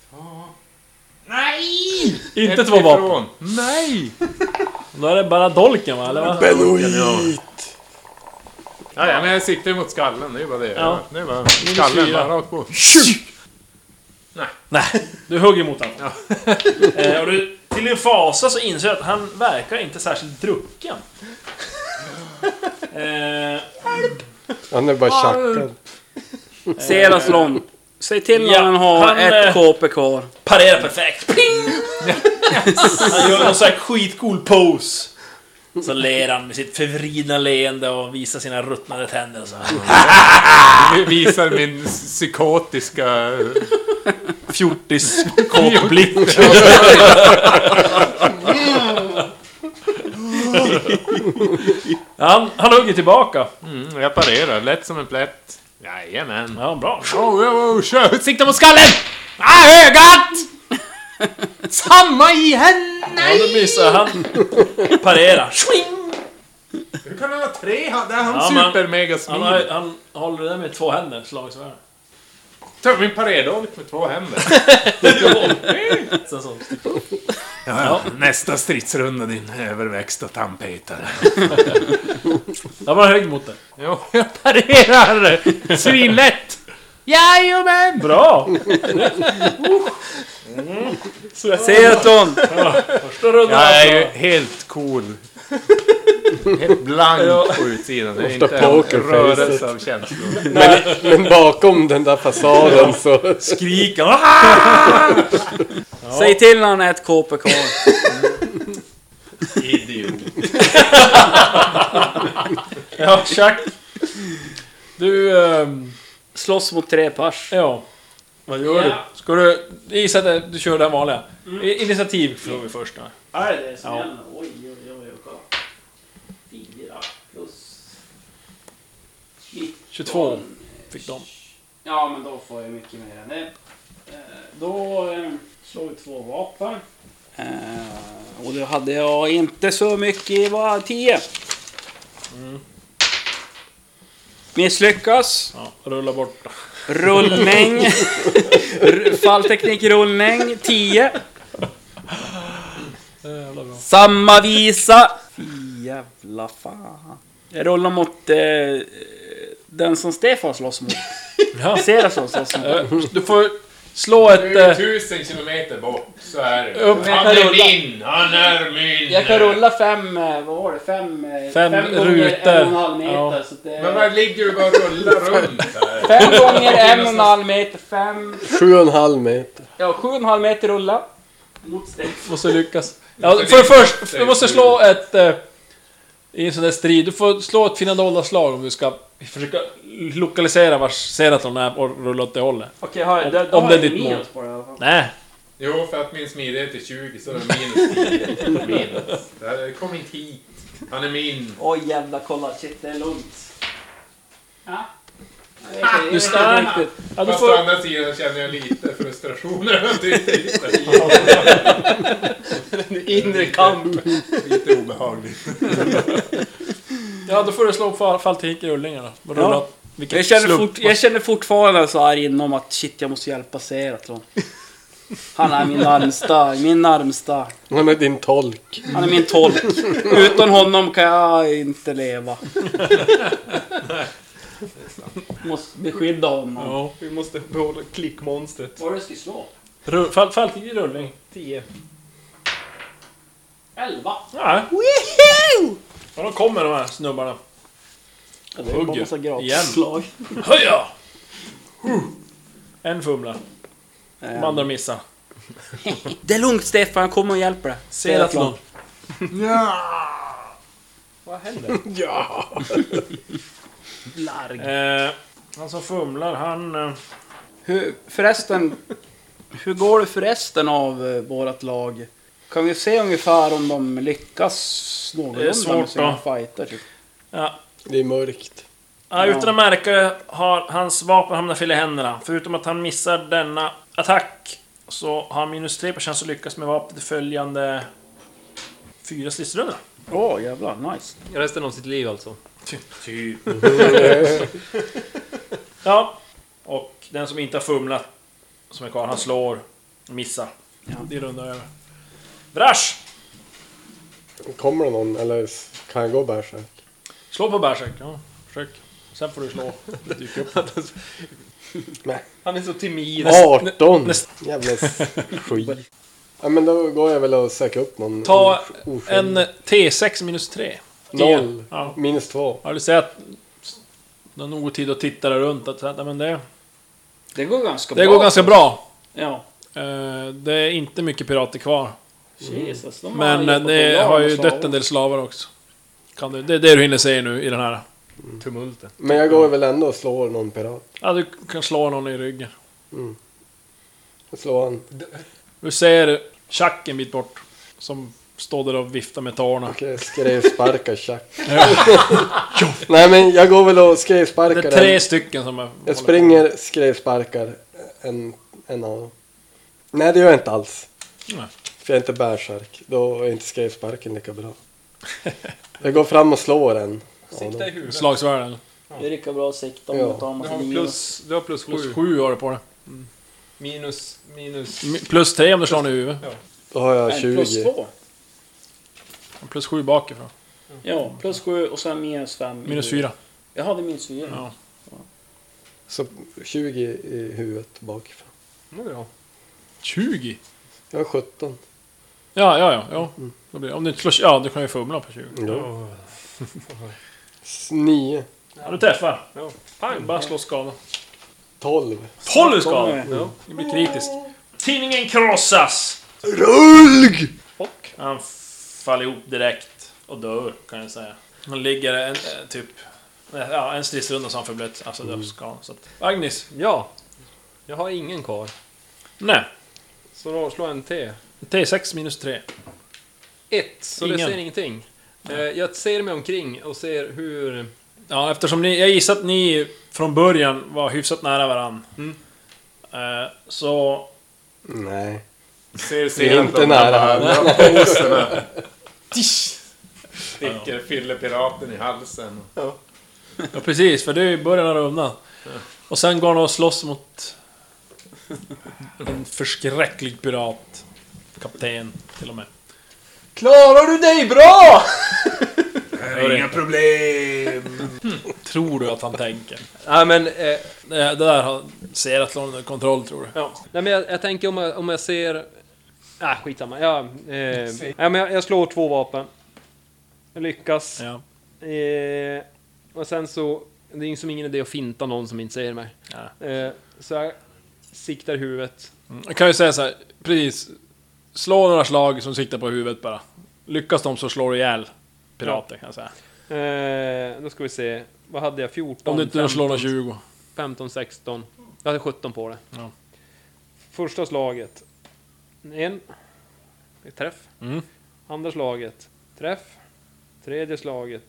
Nej! Inte Ett två vapen. ifrån. Nej! Då är det bara dolken va? Eller va? Benoit! Ja, ja, men jag siktar mot skallen. Det är bara det. Ja. Det är bara skallen fyra. bara rakt på. Nej. Nej, du hugger mot honom. Ja. eh, och du, till din fasa så inser du att han verkar inte särskilt drucken. eh, Han är bara tjackad. Seraslon. Säg till när Ja, han har han, ett eh, K P kvar. parerar perfekt. Ping! Han gör någon sån här skitcool pose. Så ler han med sitt förvridna leende och visar sina ruttnade tänder och så här. Jag visar min psykotiska Fjortis kåtblick. han, han hugger tillbaka. Mm, jag parerar, lätt som en plätt. Jajamän. Ja, bra. Oh, oh, oh, kör! Sikta mot skallen! Ah, ögat! Samma igen! Ja, då missar han. Parerar. Swing! Hur kan han ha tre? Han- Det är han Ja, men- super mega Han, har, smidig. han håller det där med två händer, slagsvärd. Ta min parerdolk med två händer. Så, så. Ja, nästa stridsrunda din överväxta tandpetare. Jag var hög mot det. Jo, jag parerar! Svinlätt! Jajamän! Bra! Seratlon. Första rundan Jag är ju alltså. helt cool. Helt blank på utsidan. Det är inte en pokerface. rörelse av känslor. Men, men bakom den där fasaden så... Skriker. Säg till när han har ett K P kvar. Idiot. Ja, Chuck. Du... ehm, Slåss mot tre pers. ja. Vad gör du? Ska du... Gissa att du kör den vanliga. I- Initiativ får vi först. Då. Ja, det är det som Ja. gäller. Oj, oj, oj, oj, kolla. Fyra plus... tjugotvå fick de. Ja, men då får jag mycket mer än det. Eh, Då eh, slår vi två vapen. Eh, Och då hade jag inte så mycket, var tio. Misslyckas. Ja, rulla bort då. Rullning. R- Fallteknik rullning. tio. Jävla bra. Samma visa. Fy jävla fan. Jag rullar mot eh, den som Stefan slåss mot. Ja. Ser jag så slåss mot. Eh, Du får slå ett... Du är eh, tusen kilometer bort. Så är det. Upp. Han är min! Han är min! Jag kan rulla fem, eh, vad var det? Fem, eh, Fem gånger rutor. en och en halv meter. Ja. Så att det, Men var ligger du bara och rullar runt här? fem gånger en och en halv meter. Fem... Sju och en halv meter. Ja, sju och en halv meter rulla. Mot Stefan. Måste lyckas. Ja, för det först, du måste slå ett... Eh, I en sån där strid. Du får slå ett fina dolda slag om du ska försöka lokalisera vars Seratlon är och rulla åt det hållet. Okej, har jag, Om- då, då om har det är jag ditt minus mål. på det i alla fall. Nej. Jo, för att min smidighet är tjugo så är det minus tio. Minus. Det här- Kom inte hit. Han är min. Oj jävla kolla, shit det är lugnt. Ja. Jag vet inte, jag Du vet inte stark. riktigt. Ja, du Fast å får... andra sidan känner jag lite frustration över att du inte hittar. Inre kamp. Lite obehagligt. Ja, då får du slå fall, fall till i rullningarna. Och rulla Ja. vilket Jag känner, slump- fort, jag känner fortfarande så här inom att shit jag måste hjälpa Seratlon. Han är min närmsta, min närmsta. Han är din tolk. Han är min tolk. Utan honom kan jag inte leva. Måste beskydda honom. Ja. Vi måste behålla klickmonstret. Vad är det ska slå? Rull, fall, fall till i rullning. tio. elva. Ja. Ja, då kommer de här snubbarna. Ja, det är bara Hugger. massa Igen. gratisslag. Höja! En fumlar. De Eh, andra missar. Det är lugnt Stefan, jag kommer och hjälper dig. Seratlon. Vad händer? Ja! Larg. Eh, han som fumlar, han... Eh, Hur, förresten, hur går det för resten av eh, vårt lag? Kan vi se ungefär om de lyckas någorlunda svårt med sina då. fighter? Typ? ja. Det är mörkt. Ja, utan att märka det har hans vapen hamnat fel i händerna. Förutom att han missar denna attack så har han minus tre på chans att lyckas med vapnet i följande fyra stridsrundor. Åh, oh, jävlar, nice. Resten av sitt liv alltså. Typ. Ja, och den som inte har fumlat som är kvar, han slår, missar. Ja. Det är runda över. Vrash! Kommer det någon eller kan jag gå bärsärk? Slå på bärsärk, ja. Försök. Sen får du slå. Dyka upp. Nej. Han är så timid. arton! näst- Jävla skit. Ja men då går jag väl och söker upp någon. Ta oskyldig. en T sex minus tre. Noll. Ja. Minus två. Ja, du säger att du har nog tid att titta där runt. Att, ja, men det Det går ganska det bra. går ganska bra. Ja. Eh, Det är inte mycket pirater kvar. Jesus, de Men jobbat eh, på det lag har ju och slavar. dött en del slavar också. Kan du, det är det du hinner se nu i den här. Tumulten. Men jag går väl ändå och slår någon pirat. Ja, du kan slå någon i ryggen. Jag slår han. Du ser Chuck en bit bort. Som står där och viftar med tårna. Okej, skrevsparkar Chuck. Nej men jag går väl och skrevsparkar. Det är tre en. stycken som är... Jag springer, skrevsparkar en, en av dem. Nej det gör jag inte alls. Nej. För jag är inte bärsärk. Då är inte skrevsparken lika bra. Jag går fram och slår en. Sikta i huvudet. Slagsvärd eller? Det är lika bra att sikta om Ja. du tar en Du massa har minus. plus, du har plus Plus sju. sju har du på det. Minus, minus... M- Plus tre om du slår den i huvudet. Då har jag Nej, plus tjugo. två. Plus sju bakifrån. Ja, plus sju och sen minus fem. Minus fyra. Jag hade minus fyra. Ja. Så tjugo i huvudet bakifrån. Det är bra. tjugo? Jag har sjutton. Ja, ja, ja. ja. Då blir det- Om du inte slår... Ja, du kan ju fumla på tjugo. Ja. S- Nio. Ja, du träffar. Ja. Pang, bara slå skada. Tolv. tolv skada! Kommer- Ja. Det blir kritiskt. Tidningen krossas! Rulg! Och han faller ihop direkt och dör, kan jag säga. Han ligger en, eh, typ... Ja, en stridsrunda så han förblött. Alltså dödsskadan. Så att... Agnes? Ja. Jag har ingen kvar. Nej. Så då slår jag en T. T sex minus tre. Ett, så det Ingen. ser ingenting. Eh, Jag ser mig omkring och ser hur... Ja, eftersom ni... Jag gissar att ni från början var hyfsat nära varann. Mm. Eh, så... Nej. Ser, Det ser är inte nära här. Sticker fyllepiraten i halsen. Ja, precis, för det är ju början av rundan. Och sen går han och slåss mot en förskräcklig pirat. Kapten, till och med. Klarar du dig bra? Inga problem. Tror du att han tänker? Nej men... Eh, Det, det där har Seratlon under kontroll, tror du? ja. Nej men jag, jag tänker om jag, om jag ser... Nej, skitsamma. Jag, eh, nej, men jag, jag slår två vapen. Jag lyckas. Ja. Eh, och sen så... Det är ju som ingen idé att finta någon som inte ser mig. Ja. Eh, så jag siktar huvudet. Mm. Jag kan ju säga så här, precis. Slå några slag som siktar på huvudet bara. Lyckas de så slår du ihjäl pirater, kan jag säga. Eh, då ska vi se. Vad hade jag? fjorton, Om du inte slår några tjugo. femton, sexton. Jag hade sjutton på det. Ja. Första slaget. En. Träff. Mm. Andra slaget. Träff. Tredje slaget.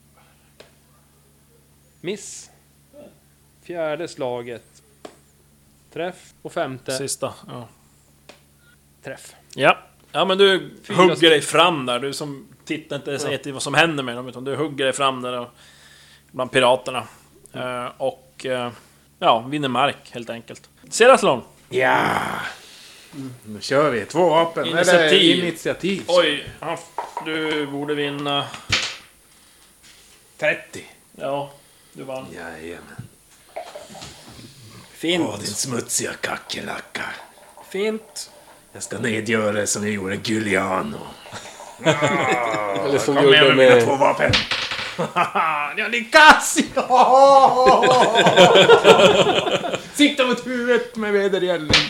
Miss. Fjärde slaget. Träff. Och femte. Sista, ja. Träff. Ja. Ja, men du Fyra hugger stycken. dig fram där. Du som tittar inte ens till vad som händer med dem, utan du hugger dig fram där och, bland piraterna. Eh, och eh, ja, vinner mark helt enkelt. Seratlon. Ja. Nu kör vi. Två vapen. Initiativ. Eller initiativ. Oj, han, du borde vinna. trettio. Ja, du vann. Jajamän. Fint. Åh, din smutsiga kackerlacka. Fint. Jag ska nedgöra det som jag gjorde Giuliano. Eller som Kom gjorde med med mina två med... vapen. Jag lyckas! Sikta mot huvudet med vedergällning.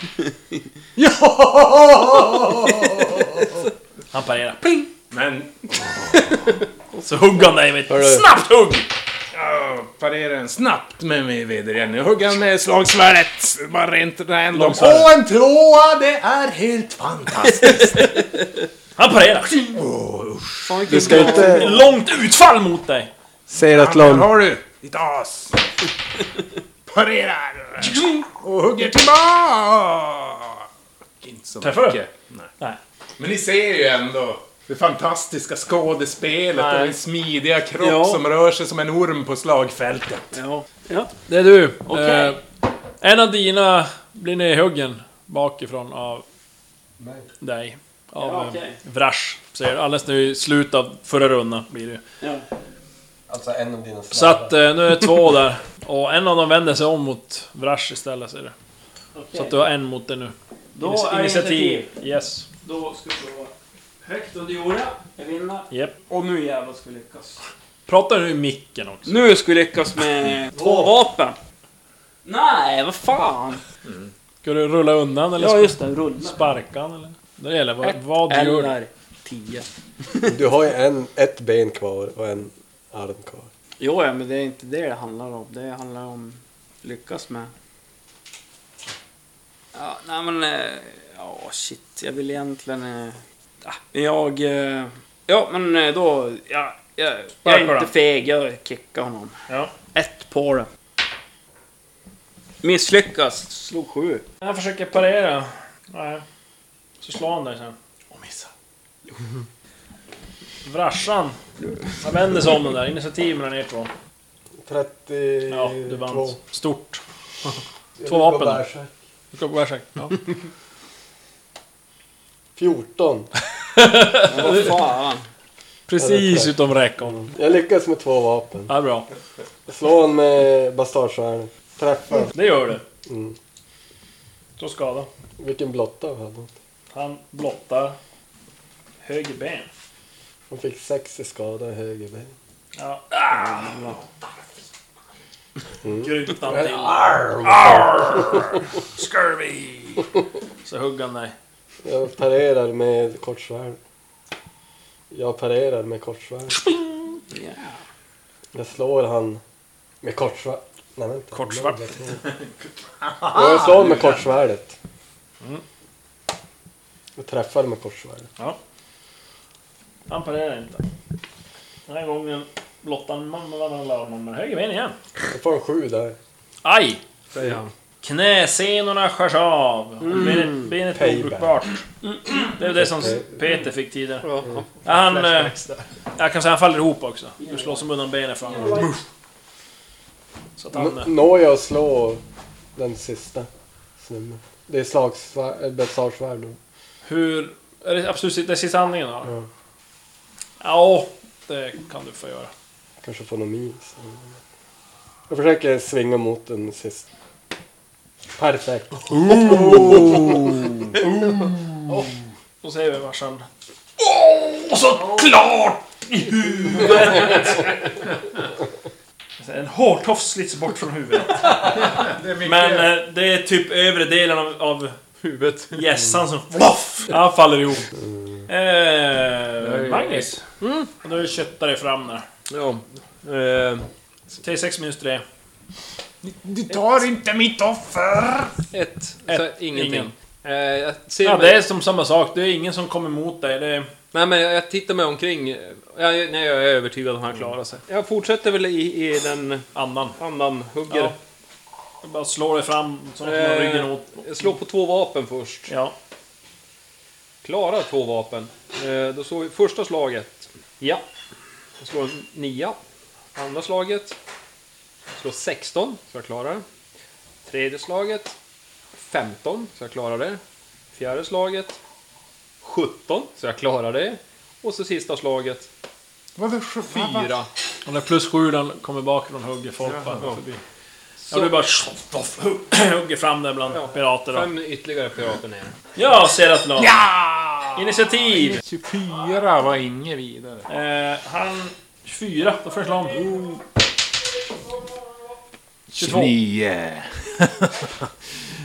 Han parerar. Pling! Men Så hugger han dig med ett Hörru. snabbt hugg! jag parerar den snabbt med mig vidare igen. Nu hugger han med slagsvärdet. Bara rent random. Slagsvärdet. Åh, en tvåa! Det är helt fantastiskt. Han parerar. Fan, Du ska inte Långt utfall mot dig. se att Här lång... har du ditt as. Parerar. Och hugger tillbaka. Inte så Träffar du? mycket. Nej. Nej. Men ni ser ju ändå det fantastiska skådespelet Nej. och den smidiga kropp Ja. som rör sig som en orm på slagfältet. Ja. Ja. Det är du. Okej. Eh, en av dina blir nedhuggen bakifrån av dig. Av Ja, eh, okej. Vrash. Ser du. Alldeles nu i slutet av förra rundan blir det. Ja. Alltså en av dina Så att eh, nu är det två där. Och en av dem vänder sig om mot Vrash istället, ser du. Så att du har en mot det nu. Då Inici- är initiativ. Yes. Då ska vi gå högt under jorden. Jag vinner. Yep. Och nu jävlar ska vi lyckas. Pratar du i micken också? Nu ska vi lyckas med två vapen. Nej, vad fan. Ska du rulla undan eller Ja, just det. Rulla. sparka han, eller? Det gäller vad, vad gör du? Eller tio. Du har ju en, ett ben kvar och en arm kvar. Jo, ja, men det är inte det det handlar om. Det handlar om lyckas med. Ja, nej men... eh, Ja, shit. Jag vill egentligen... eh, ah, Jag... eh, Ja, men eh, då... Ja, jag, jag Sparkar är inte han. feg. Jag kickar honom. Ja. Ett på det. Misslyckas. Slog sju. Jag försöker parera. Nej. Så slår han dig sen. Och missa. Vrashan. Han vänder sig om den där. Initiativ mellan er två. trettio... Ja, du vann. två. Stort. Jag Två vill gå vapen då. bärsärk. Du ska på bärsärk. Ja. fjorton. Ja, vad fan. Precis utom räckhåll. Jag lyckas med två vapen. Ja, bra. Jag slår han med bastardsvärd. Träffar. Det gör du. Mm. Så skada. Vilken blotta hade han? Han blottar höger ben. Han fick sex i skada i höger ben. Ja. Mm. Grymt han till. Arr! Scurvy! Så hugger han dig. Jag parerar med kortsvärd. Jag parerar med kortsvärd. Ja. Jag slår han med kortsvärd. Nej, vänta. Kortsvärd. Ja, jag slår med kortsvärdet. Mm. Jag träffar med kortsvärdet. Ja. Han parerar inte. Den här gången blottar man med höger ben igen. Jag får en sju där. Aj! Säger han. Knäsenorna skärs av. Benet, benet är Payback. obrukbart. Det är det som Peter fick tidigare. Ja, Ja, han, eh, flashbacks där. jag kan säga han faller ihop också. Du slår som undan benet fram. Så att han... eh, N- Når jag att slå den sista snubben? Det är slagsvärd, bastardsvärd då. Hur... Är det absolut det är sista handlingen då? Ja. Ja, det kan du få göra. Kanske får någon minus. Jag försöker svinga mot den sista. Perfekt. Då säger vi varsan. Åh, så klart i huvudet! En hårtofs slits bort från huvudet. Men eh, det är typ övre delen av, av Huvudet. gässan som fluff, ja, faller ihop. Eh, Magnus. Mm. Och då köttar det fram där. Ja. Eh, T sex minus tre. Du tar inte mitt offer! ett. Ett. Så, ingenting. Ingen. Eh, jag ser Ja, mig, det är som samma sak. Det är ingen som kommer emot dig. Det är... Nej, men jag, jag tittar mig omkring. Jag, nej, jag är övertygad om att han klarar sig. Jag fortsätter väl i, i den Andan. andan. Hugger. Ja. Jag bara slår dig fram så att man har Eh, ryggen åt. Jag slår på två vapen först. Ja. Klarar två vapen. Eh, då såg vi första slaget. Ja. Jag slår en nia. Andra slaget. Jag slår sexton, så jag klarar det. Tredje slaget. femton, så jag klarar det. Fjärde slaget. sjutton, så jag klarar det. Och så sista slaget. Vad är fyra. Och när plus sju den kommer bakifrån och hugger folk bara Ja. förbi. Så, Ja, du bara hugger fram där bland Ja. pirater då. fem ytterligare pirater ner. Ja, ser att lag. Ja! Initiativ! tjugofyra var inget vidare. Eh, han... tjugofyra, då får jag slå om. tjugotvå. tjugonio.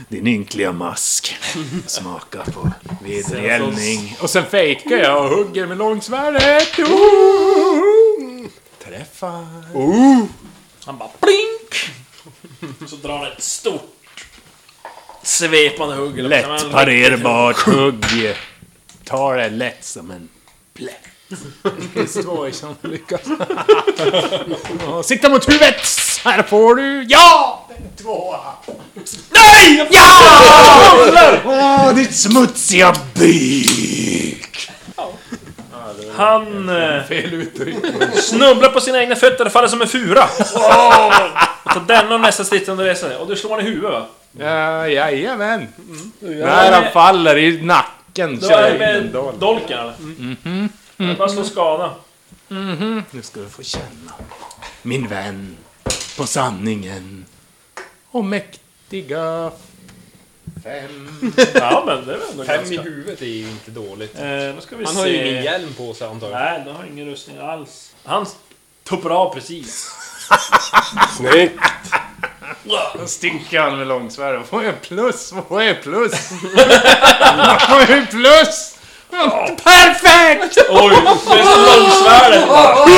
din ynkliga mask. Smaka på vedergällning. Och sen fejkar jag och hugger med långsvärdet. Oh! Träffar. Oh! Han bara blink! Så drar han ett stort svepande hugg. Lätt parerbart hugg. Tar det lätt som en plätt. Destroy som lyckas. Sikta mot huvudet! Här får du... Ja! En tvåa! Nej! Ja! Åh, ditt smutsiga byk! Han eh, Fel uttryck. snubblar på sina egna fötter och faller som en fura. Och tar denna och nästa stridsande resa. Och du slår han i huvudet, va? Ja, jajamän. När han faller i nacken Då kör är jag det in en med dolk. dolken, eller? Mhm. Jag bara slå skada. Mhm. Nu ska du få känna, min vän, på sanningen och mäktiga fem. Ja, men det är väl ändå Fem i ganska... huvudet är ju inte dåligt. Eh, nu ska vi Han se. har ju ingen hjälm på sig antagligen. Nej, den har ingen rustning alls. Han tuppar av precis. Snyggt! Då sticker han med långsvärd. Får jag plus? Får jag plus? Får jag plus? Perfekt! Oj, med långsvärdet.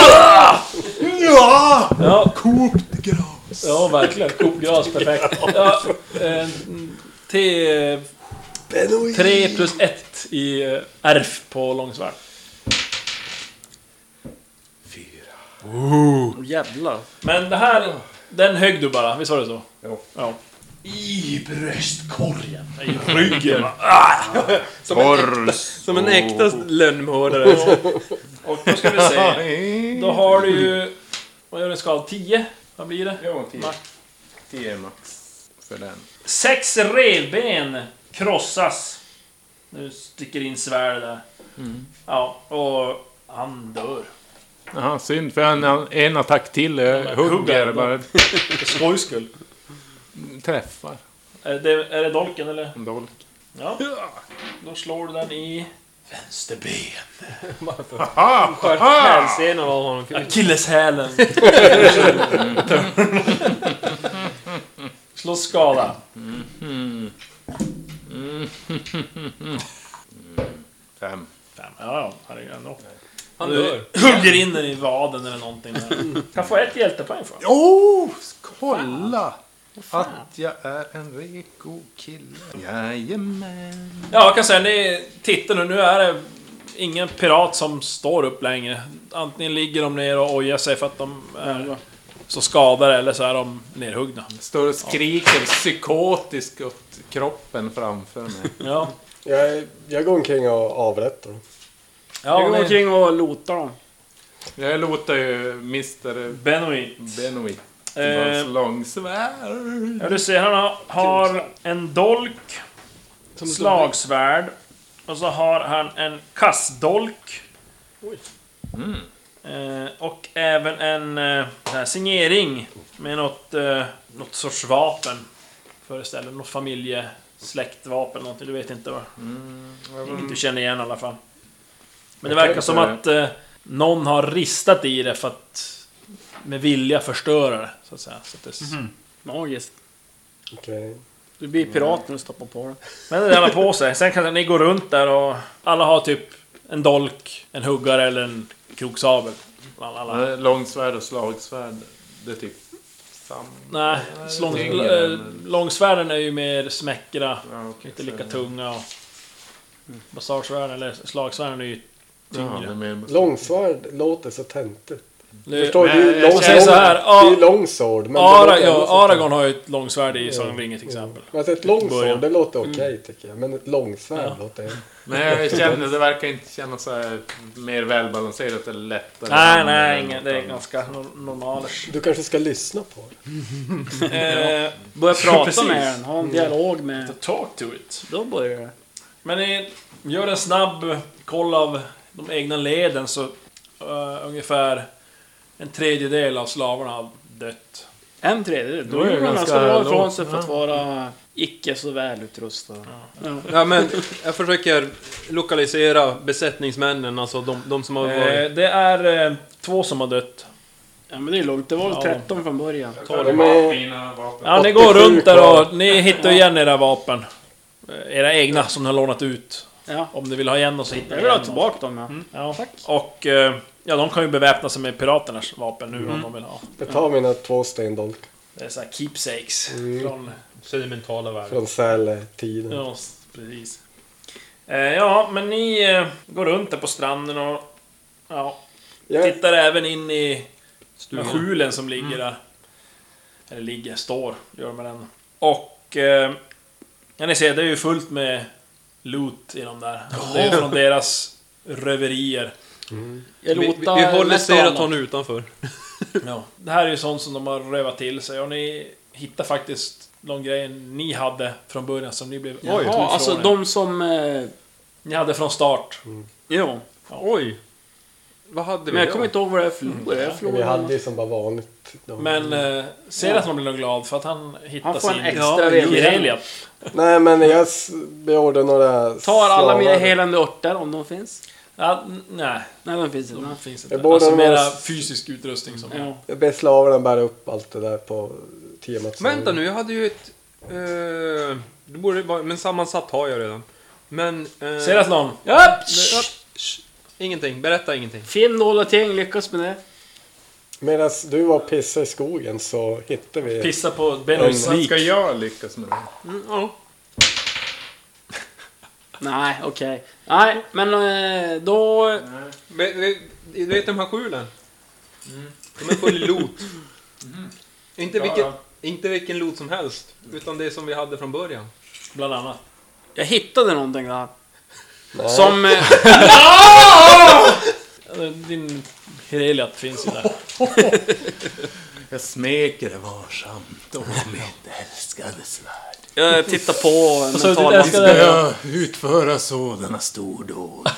Ja! Ja, Kokt gras. ja, verkligen. Kokgras, perfekt. Ja, eh, T... tre plus ett i eh, R F på långsvärd. Fyra. Oh, jävlar. Men det här, den högg du bara, visst var det så? Jo. Ja. I bröstkorgen, i ryggen. Ah! Som, en äkta, som en äkta lönnmördare. Och då ska vi se. Då har du ju... Vad gör en skala? tio? Vad blir det? Jo, tio. Max. tio max för den. Sex revben krossas. Nu sticker in svärd där. Mm. Ja, och han dör. Jaha, synd för en, en attack till. Jag hugger hugger. bara. För skojs skull. Träffar. Är det, är det dolken eller? En dolk. Ja. Då slår du den i vänsterben. Aha! Skört Aha! hälsenan av honom. Akilleshälen. Slå skada. Mm. Mm. Fem. Fem. Ja, ja. Herregud ändå. Han Du dör. hugger in den i vaden eller någonting. Där. Kan få ett hjältepoäng för. Oh, kolla! Att jag är en reko kille. Jajamän. Ja, jag kan säga, ni tittar nu, nu är det ingen pirat som står upp längre. Antingen ligger de ner och ojar sig för att de är så skadade, eller så är de nerhuggna. Står och skriker psykotiskt åt kroppen framför mig. Ja, Jag, jag går omkring och avrättar dem. Jag ja går ni, omkring och lotar dem. Jag låter ju mister Benoit. Benoit. Eh, Hans långsvärd. Ja, du ser, han har, har en dolk, slagsvärd, och så har han en kastdolk. Mm. Eh, och även en eh, här, signering med något, eh, något sorts vapen. Föreställer något familjesläktvapen, någonting, du vet inte vad. Mm. Inget du känner igen i alla fall. Men det Okej, verkar som så- att eh, någon har ristat i det för att med vilja förstöra det, så att säga. Så att det, Magiskt. Okej. Du blir pirat när du stoppar på det. Men det har på sig. Sen kan ni gå runt där och alla har typ en dolk, en huggare eller en kroksabel. Alla, alla. Ja, långsvärd och slagsvärd. Det är typ samma. Nej, lång, tyngre äh, än- långsvärden är ju mer smäckra, Ja, okej, inte så lika är det. tunga. Och bassarsvärden eller slagsvärden är ju Ja, det är tyngre. mer... Långsvärd låter så töntigt. Det- Förstår men du? jag Lång, säger så här, lång, ja. det är långsvärd. Men det Ara, låter ändå ja, så Aragorn har ju ett långsvärd i Sagan om ringen till exempel. Men alltså ett långsvärd, Början. det låter okej tycker jag. Men ett långsvärd Ja. låter... Men jag känner, det verkar inte kännas så här mer välbalanserat eller lättare. Nej, nej, ingen, det är ganska no- normalers. Du kanske ska lyssna på det. Eh, Börja prata Precis. med den, ha en dialog med... talk to it. Då börjar det. Men ni gör en snabb koll av de egna leden, så uh, ungefär en tredjedel av slavarna har dött. En tredjedel. Då Då är är det det ganska ganska bra ifrån lågt. sig för att vara icke så välutrustad. Ja. Ja, men jag försöker lokalisera besättningsmännen, alltså de, de som har varit... Eh, det är eh, två som har dött. Ja men det är lugnt, det var väl Ja. tretton från början. De är Mina vapen. Ja, ni går runt där och ni hittar igen era vapen. Era egna som ni har lånat ut. Ja. Om ni vill ha igen och så hittar Jag ni vill ha igen. tillbaka dem ja. Mm, ja. Och eh, ja, de kan ju beväpna sig med piraternas vapen nu om de vill ha. Jag tar mina två stendolkar Det är så här keepsakes Mm. från... Sedimentala värden. från sältiden. Ja, precis. Eh, ja, men ni eh, går runt där på stranden och ja, Jag, tittar även in i skjulen som ligger där. Eller ligger, står, gör man den. Och eh, ja, ni ser, det är ju fullt med loot i de där. Det är från deras röverier. Jag Vi, vi, lotar vi håller mest av alla. Seraton utanför. Ja, det här är ju sånt som de har rövat till sig och ni hittar faktiskt de grejer ni hade från början som ni blev Jaha, tog alltså ifrån er. de som... Eh, Ni hade från start. jo. Oj! Vad hade vi Men jag då? kommer inte ihåg vad jag förlorade. Jag vi förlorade hade ju som bara vanligt. Då. Men eh, ser att han blir nog glad för att han hittar Han får en sin extra ja, V. Irelia. Nej men jag s- beordrar några Tar alla slavar. mina helande örter om de finns. Ja, n- nej, Nej, de finns inte. de Nej. finns Jag inte. borde Alltså nog- mera fysisk utrustning som... Ja. Jag ber slavarna bära upp allt det där på temat. Vänta nu, jag hade ju ett... Eh, det borde vara, men sammansatt har jag redan. Men... Eh, Ser att någon... Ja, Sh, sh, ingenting, berätta ingenting. Finn några ting, lyckas med det. Medan du var och pissade i skogen så hittade vi... Pissar på Benoits Vad lik. ska jag lyckas med det? Mm, ja. Nej, okej. Nej, men eh, då... Vet- vet- Du vet de här skjulen? De är full loot. Inte, Ja, vilken, ja. inte vilken loot som helst, utan det som vi hade från början. Bland annat. Jag hittade någonting där. Nej. Som... Eh, Din Hireliat finns ju där. Jag smeker det varsamt om mitt älskade svärd. jag tittar på Alltså, mental det älskade- Ska jag utföra sådana stordåd?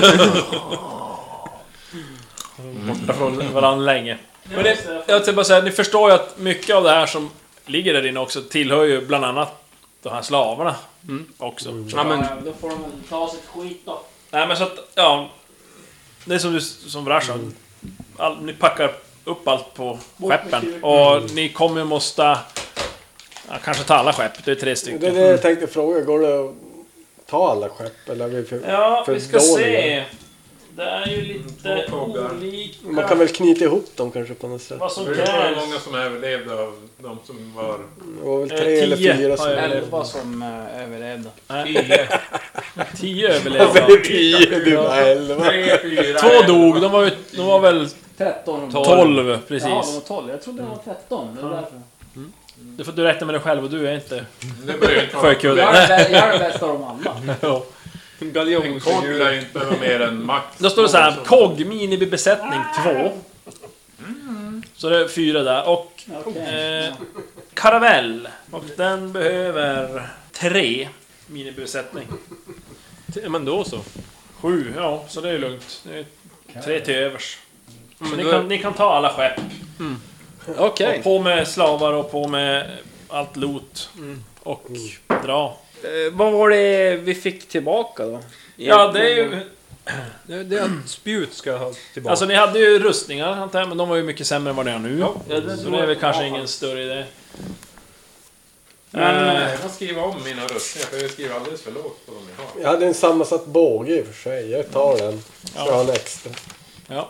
Borta från varandra länge. Men det, jag tänkte bara säga, ni förstår ju att mycket av det här som ligger där inne också tillhör ju bland annat de här slavarna också. Så, Ja, men, Då får de väl ta sitt skit då. nej men så att, ja. Det är som du, som Vrash sa. All, ni packar upp allt på skeppen. Och ni kommer ju måste... Ja, kanske ta alla skepp, det är tre Det är stycken. det jag tänkte fråga. Går det att ta alla skepp? Eller är vi för, Ja, för vi ska dåliga? se. Det är ju lite Två koggar. olika Man kan väl knyta ihop dem kanske på något sätt. vad som Hur hur krävs. många som överlevde av de som var... Det var väl Eh, tre eller tio fyra som har jag överlevde. Elva som eh, överlevde. Tio. Tio Jag överlevde. säger tio, du var elva. Tre, fyra... Två dog, de var, ju, de var väl tretton. tolv Ja, precis. de var tolv. Jag trodde de var tretton. Det är därför. Du får du räkna med dig själv och du är inte Det börjar inte vara... sjökudde. Jag är den bä- jag är den bästa av dem alla. En galjons. kogg lär inte vara mer än max. Då står det så här, kogg, minibesättning två. Så det är fyra där. Och Okej. eh, karavell. Och den behöver tre minibesättning. Ja, men då så. Sju, ja, så det är lugnt. Det är tre till övers. Så Men ni då- kan, ni kan ta alla skepp. Okej. Och på med slavar och på med allt loot. Och dra. Eh, vad var det vi fick tillbaka då? Ja, det är ju... Det, det är ett spjut ska jag ha tillbaka. Alltså ni hade ju rustningar antar jag, men de var ju mycket sämre än vad ni har nu. Ja, Så det är väl kanske ingen större idé. Men Eh, jag kan skriva om mina rustningar för jag skriver alldeles för lågt på de jag har. Jag hade en sammansatt båge i och för sig. Jag tar den. Så jag har en extra. Ja.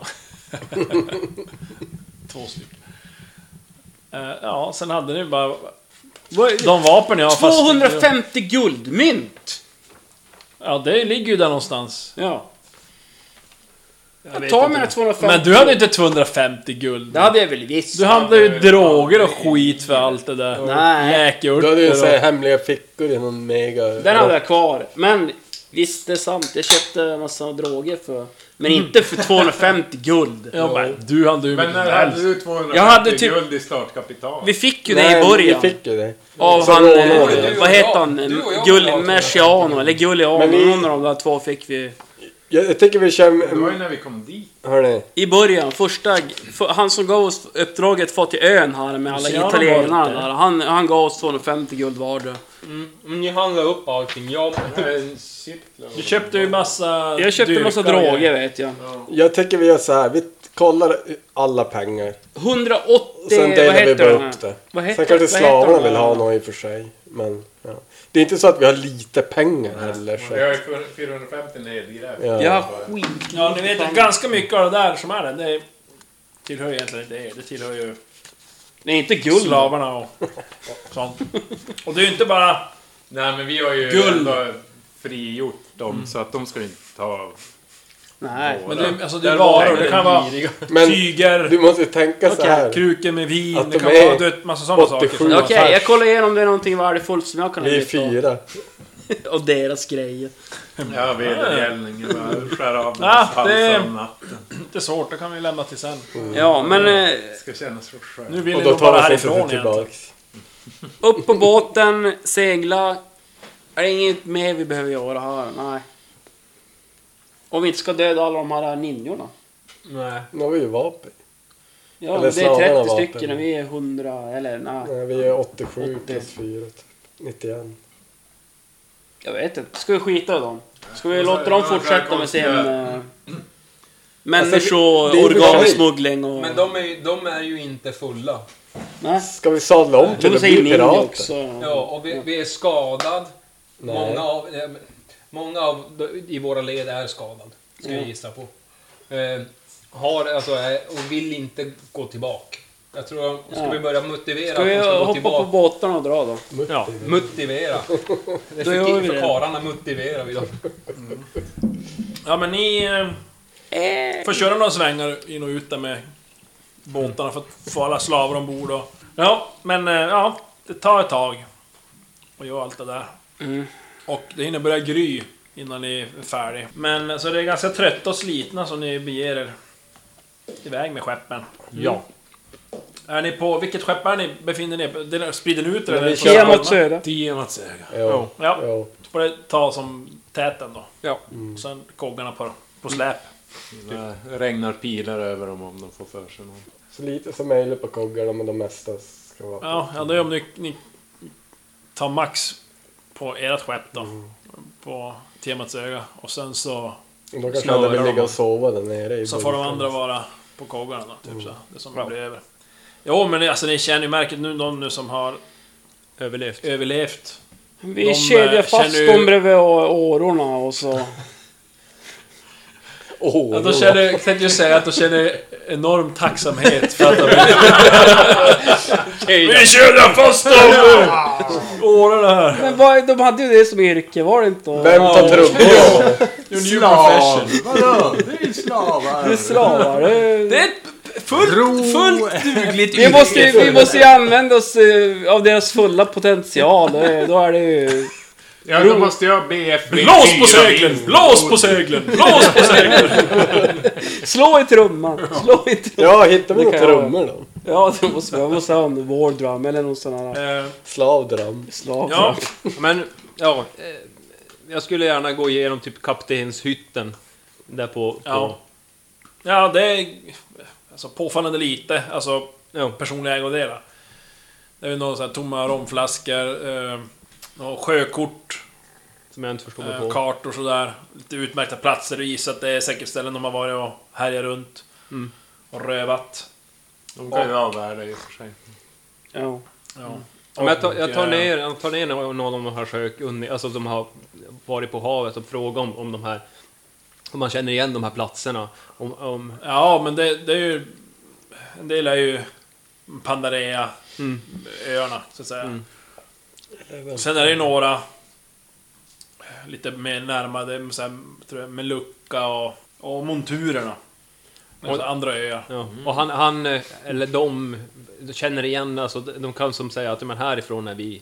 Två stycken. Eh, ja, sen hade ni bara... De vapen jag har fast... tvåhundrafemtio guldmynt! Ja, det ligger ju där någonstans. Ja. Jag vet tar inte. mina tvåhundrafemtio. Men du hade inte tvåhundrafemtio guld. Det hade jag väl visst. Du handlar ju droger och skit för allt det där. Nej. Du hade ju så här Läkeurter och... hemliga fickor i någon mega... Den hade jag kvar. Men visst, det är sant. Jag köpte en massa droger för... Men inte för tvåhundrafemtio guld. Ja, men du hade ju Men mycket när helst. hade du tvåhundrafemtio Jag hade typ- guld i startkapital? Vi fick ju det Nej, i början. vi fick ju det. Av Så han... rånade Eh, det. vad heter han? Du och jag Gull... var Merciano. Eller Gulliano. Men vi- Någon av de där två fick vi. Jag, jag tycker vi kör... Det var ju när vi kom dit. Hörni. I början. Första... För, han som gav oss uppdraget få till ön här med alla Luciano italienarna var det. där. Han, han gav oss tvåhundrafemtio guld vardera. Mm, men ni handlar upp allting. Jag... En shitload. Du köpte ju massa... Jag köpte en massa dyrkar och droger grejer. vet jag. Jag tycker vi gör så här. Vi kollar alla pengar. hundraåttio, Sen vad delar vi heter bara den här? upp det. Vad heter, Sen kanske vad heter slavarna den vill här? ha något i och för sig. Men ja. Det är inte så att vi har lite pengar heller. Så. Vi har ju fyrahundrafemtio nedgrävt. Ja. Jag har skit. Ja, ni vet ganska mycket av det där som är det. Det tillhör ju egentligen inte er. Det tillhör ju Det är inte guld. slavarna och sånt. Och det är ju inte bara... Nej, men vi har ju Guld. ändå frigjort dem så att de ska inte ta... Nej. Men det, alltså det är varor. Det kan vara Men tyger, du måste ju tänka så här. krukor med vin. Att Det de kan är vara du vet, massa sådana åttiosju. saker. Okej, okay, jag kollar igenom om det är någonting värdefullt som jag kan ha Vi är nytta av. fyra. Och deras grejer. Ja, vedergällningen. Bara skär av Ja, halsen det- om natten. Inte svårt, det kan vi lämna till sen. Ja, men eh, Det ska kännas så skönt. Nu vill Och ni då nog tar bara vi oss härifrån inte egentligen. tillbaks. upp på båten, segla. Är det inget mer vi behöver göra här? Nej. Om vi inte ska döda alla de här ninjorna. Nej. Nu har vi ju vapen. Ja, Eller det är slavarna trettio vapen. stycken och vi är hundra, eller nej. Nej, vi är åttiosju åttio. plus fyra. Typ. nittioen. Jag vet inte. Ska vi skita i dem? Ska vi låta dem fortsätta med sin... Äh, människor, det är ju organsmuggling och... Men de är, ju, de är ju inte fulla. Nej. Ska vi sadla om till De att säger bli ninja pirater? också. Ja, och vi, vi är skadad. Nej. Många av, eh, många av i våra led är skadad. Ska jag Ja. gissa på. Eh, har, alltså, är, och vill inte gå tillbaka. Jag tror, ska Ja. vi börja motivera Ska vi att de ska gå hoppa tillbaka? på båtarna och dra då? Ja, motivera. Det är Då gör för, vi för det. karlarna motiverar vi dem. Ja, men ni eh, Eh, får köra några svängar in och ut där med båtarna för att få alla slavar ombord. Och... Ja, men eh, ja, det tar ett tag. Och gör allt det där. Mm. Och det hinner börja gry innan ni är färdiga. Men så det är ganska trötta och slitna som ni beger er iväg med skeppen. Ja. Är ni på, vilket skepp är ni befinner ni er på? Det sprider ni ut er? Men eller vi på kör Kia samma? mot söder. Tio mot säga. Jo. Ja, Jo. så får det ta som täten då. Ja. Och sen koggarna på, på släp. Det regnar pilar över dem om de får för sig någon. Så lite som möjligt på koggarna, men de mesta ska vara på. Ja, ja det är om ni, ni tar max på ert skepp då. På temats öga. Och sen så, Och då kanske snöar alla vill de. ligga och sova där nere i så får de bunkrarna. andra vara på koggarna då, typ så. Det som blir över. Jo, men alltså ni känner ju märket nu, de nu som har Överlevt. överlevt. Vi De, kedjar eh, fast känner ju- dem bredvid å- årorna och så... Åh, Ja, då då. känner, jag tänkte ju säga att de känner enorm tacksamhet för att de... Vi kedjar fast dem! Årorna här! Men vad, de hade ju det som yrke, var det inte? Vem tar trubbor? Your new profession. Vadå? Det är ju slavar. Det är slavar. Det... Det är ett fullt, fullt dugligt Vi måste, ju, vi måste ju använda oss eh, av deras fulla potential. Då är, då är det ju... Ja, då måste jag be F B Blås på seglen! Blås på seglen! Blås på seglen! Slå i trumman! Slå i trumman! Ja, hittar vi Det några kan jag. trummor då? Ja, det måste vi. Jag måste ha en war drum eller någon sån här Eh, Slavdram. slag. ja, Men, ja. Eh, jag skulle gärna gå igenom typ kaptenshytten. Där på... på ja. Ja, det är alltså, påfallande lite. Alltså, ja. personliga ägodelar. Det är ju några så här tomma romflaskor, eh, några sjökort, Som jag inte förstår mig eh, på. kartor sådär. Lite utmärkta platser. Du gissar att det är säkert ställen de har varit och härjat runt. Mm. Och rövat. De kan ju ha värde i och för sig. Ja. Ja. Men jag, tar, jag tar Och, eh, ner, jag tar ner någon av de här sjökunniga, alltså de har varit på havet och frågat om, om de här, om man känner igen de här platserna. Om, om, Ja, men det, det är ju... En del är ju Pandarea mm, öarna, så att säga. Mm. Sen är det ju några lite mer närmade, så här, tror jag, Melucca och, och Monturerna. Alltså andra öar. ja. Och han, han, eh, eller de, känner igen, alltså de kan som säga att men härifrån är vi...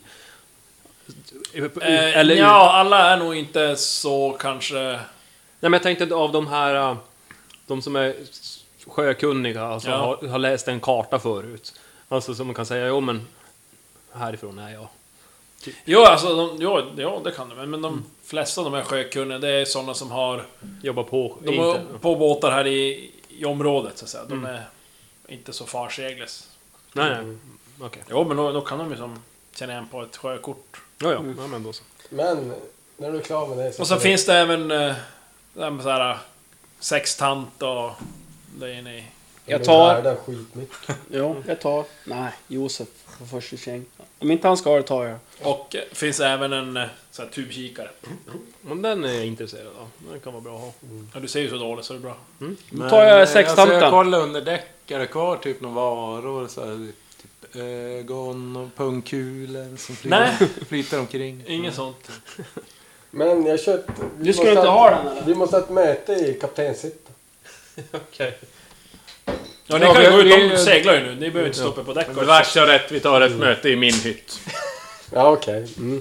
Eh, Eller, ja, alla är nog inte så kanske... nej men jag tänkte av de här, eh, de som är sjökunniga, alltså Ja. har, har läst en karta förut. Alltså som man kan säga, jo men härifrån är jag. Jo, alltså, de, jo, ja, det kan de. Men de flesta av de här sjökunniga, det är sådana som har... Jobbar på, De inte, är på båtar här i, i området, så att säga. De är inte så farsegles. nej nej, okej. Jo, men då, då kan de ju som känna igen på ett sjökort. Ja, ja, ja, men då så. Men, när du är klar med det så... Och så finns det även eh, det här med så här, sextant och det är inne i Jag tar... Värda skitmycket. Jo, jag tar... Nej, Josef får först i käng. Om inte han ska det tar jag. Och eh, finns även en eh, sån här tubkikare. Men den är jag intresserad av. Den kan vara bra att ha. Ja, du ser ju så dåligt så det är bra. Då tar jag Men, sextanten. alltså, jag kollar under däck. Är det kvar typ några varor? Så här, typ ögon och pungkulor som flyter, Nej. flyter omkring. Inget sånt. Men jag kör ett... vi Du ska måste inte ha den, eller? Vi måste ha ett möte i kaptenshytten. Okej. Ja, ni Ja, kan ju vi- gå ut, vi- de seglar ju nu. Ni behöver inte stoppa på däck. Men värst har rätt, vi tar ett möte i min hytt. Ja, okej. Mm.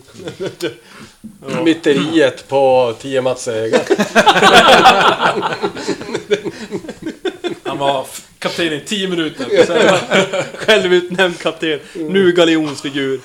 Myteriet på tio Mats öga. Han var f- kapten i tio minuter. Sen, Självutnämnd kapten. Nu galjonsfigur.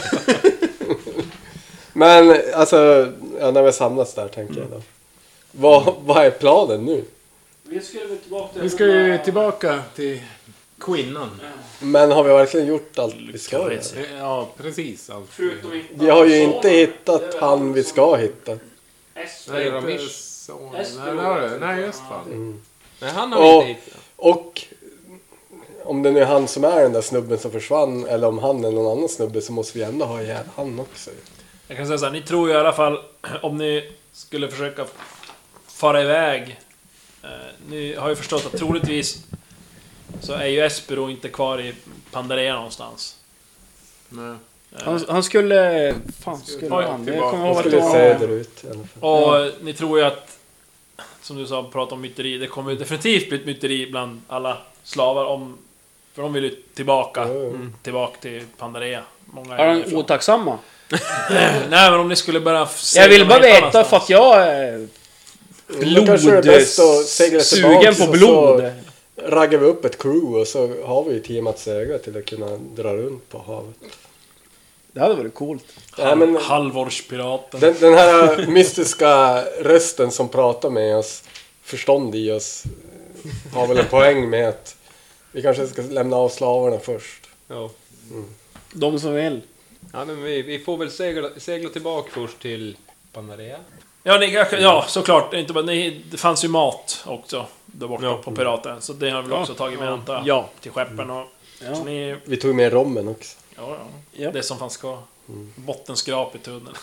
Men alltså, ja, när vi samlas där tänker jag då. Vad, vad är planen nu? Vi ska väl tillbaka till... Vi ska ju tillbaka till kvinnan. Men har vi verkligen gjort allt vi ska göra? Ja, precis. Allt. Förutom i... Vi har ju inte hittat han vi ska hitta. Nej, inte så. Nej, det har du. Nej, just fan. Nej, han har vi Och, inte hittat. och om det nu är han som är den där snubben som försvann eller om han är någon annan snubbe så måste vi ändå ha ihjäl han också. jag kan säga så här, ni tror ju i alla fall om ni skulle försöka fara iväg. Eh, ni har ju förstått att troligtvis så är ju Espero inte kvar i Pandaria någonstans. Nej. Han, han skulle... Fan, skulle Oj, han? Jag tillbaka. kommer Han ihåg att skulle det var... söderut i alla fall. Och ni tror ju att, som du sa, prata om myteri, det kommer ju definitivt bli ett myteri bland alla slavar om... För de vill ju tillbaka, mm, tillbaka till Pandaria. Många Är är han därifrån. otacksamma? Nej, men om ni skulle bara... Jag vill bara veta för att jag är Då kanske det är bäst att segla sugen tillbaks på och blod. så raggar vi upp ett crew och så har vi ju tio Mats öga till att kunna dra runt på havet. Det hade varit coolt. Ja, men Halvårspiraten. den, den här mystiska rösten som pratar med oss, förstånd i oss, har väl en poäng med att vi kanske ska lämna av slavarna först. Ja. De som vill. Ja, men vi, vi får väl segla, segla tillbaka först till Pandaria. Ja, ni, kanske- ja, såklart. Inte bara, ni, det fanns ju mat också där borta Ja. på piraten. Så det har vi väl också tagit med, antar jag, Ja. till skeppen. Och, Ja. så ni, Vi tog med rommen också. ja, ja, Ja. det som fanns kvar. Bottenskrap i tunneln.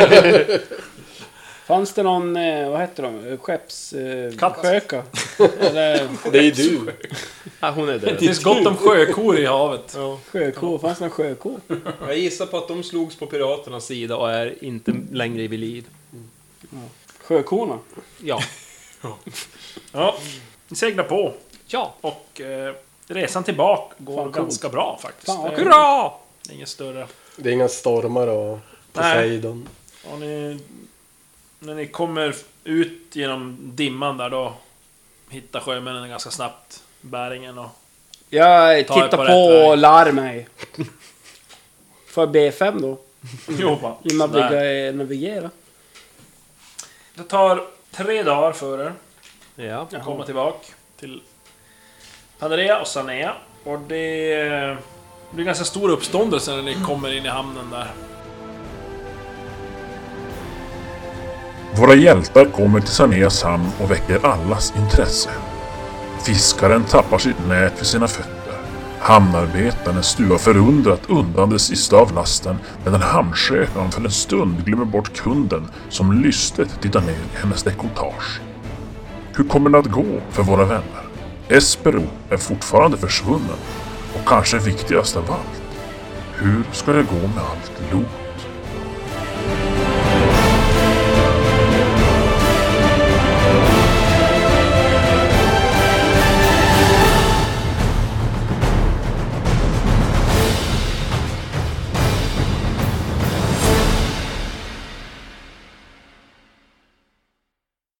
Fanns det någon, eh, vad heter de? Skepps... Eh, Katt. sjöka? Eller Det är ju du. Ja, hon är Det död. finns gott om sjökor i havet. Ja. sjöko? Fanns det någon sjöko? Jag gissar på att de slogs på piraternas sida och är inte längre vid liv. Sjökorna? Ja. Ja, ni seglar på. Ja. Och eh, resan tillbaka går Fan, coolt. ganska bra faktiskt. Fan, vad Det kul. är Hurra! inget större. Det är inga stormar och Poseidon. Och ni, när ni kommer ut genom dimman där, då hittar sjömännen ganska snabbt bäringen och... Jag Ta er tittar på på, rätt väg. larm mig. För B fem då? Jobba. I naviga, navigera. Det tar tre dagar för er Ja. att komma tillbaka till Pandaria och Sanea. Och det blir ganska stor uppståndelse när ni kommer in i hamnen där. Våra hjältar kommer till Saneas hamn och väcker allas intresse. Fiskaren tappar sitt nät vid sina fötter. Hamnarbetaren stuvar förundrat undandes i stavlasten medan hamnskötaren för en stund glömmer bort kunden som lystet tittar ner i hennes dekolletage. Hur kommer det att gå för våra vänner? Espero är fortfarande försvunnen och kanske viktigast av allt. Hur ska det gå med allt loot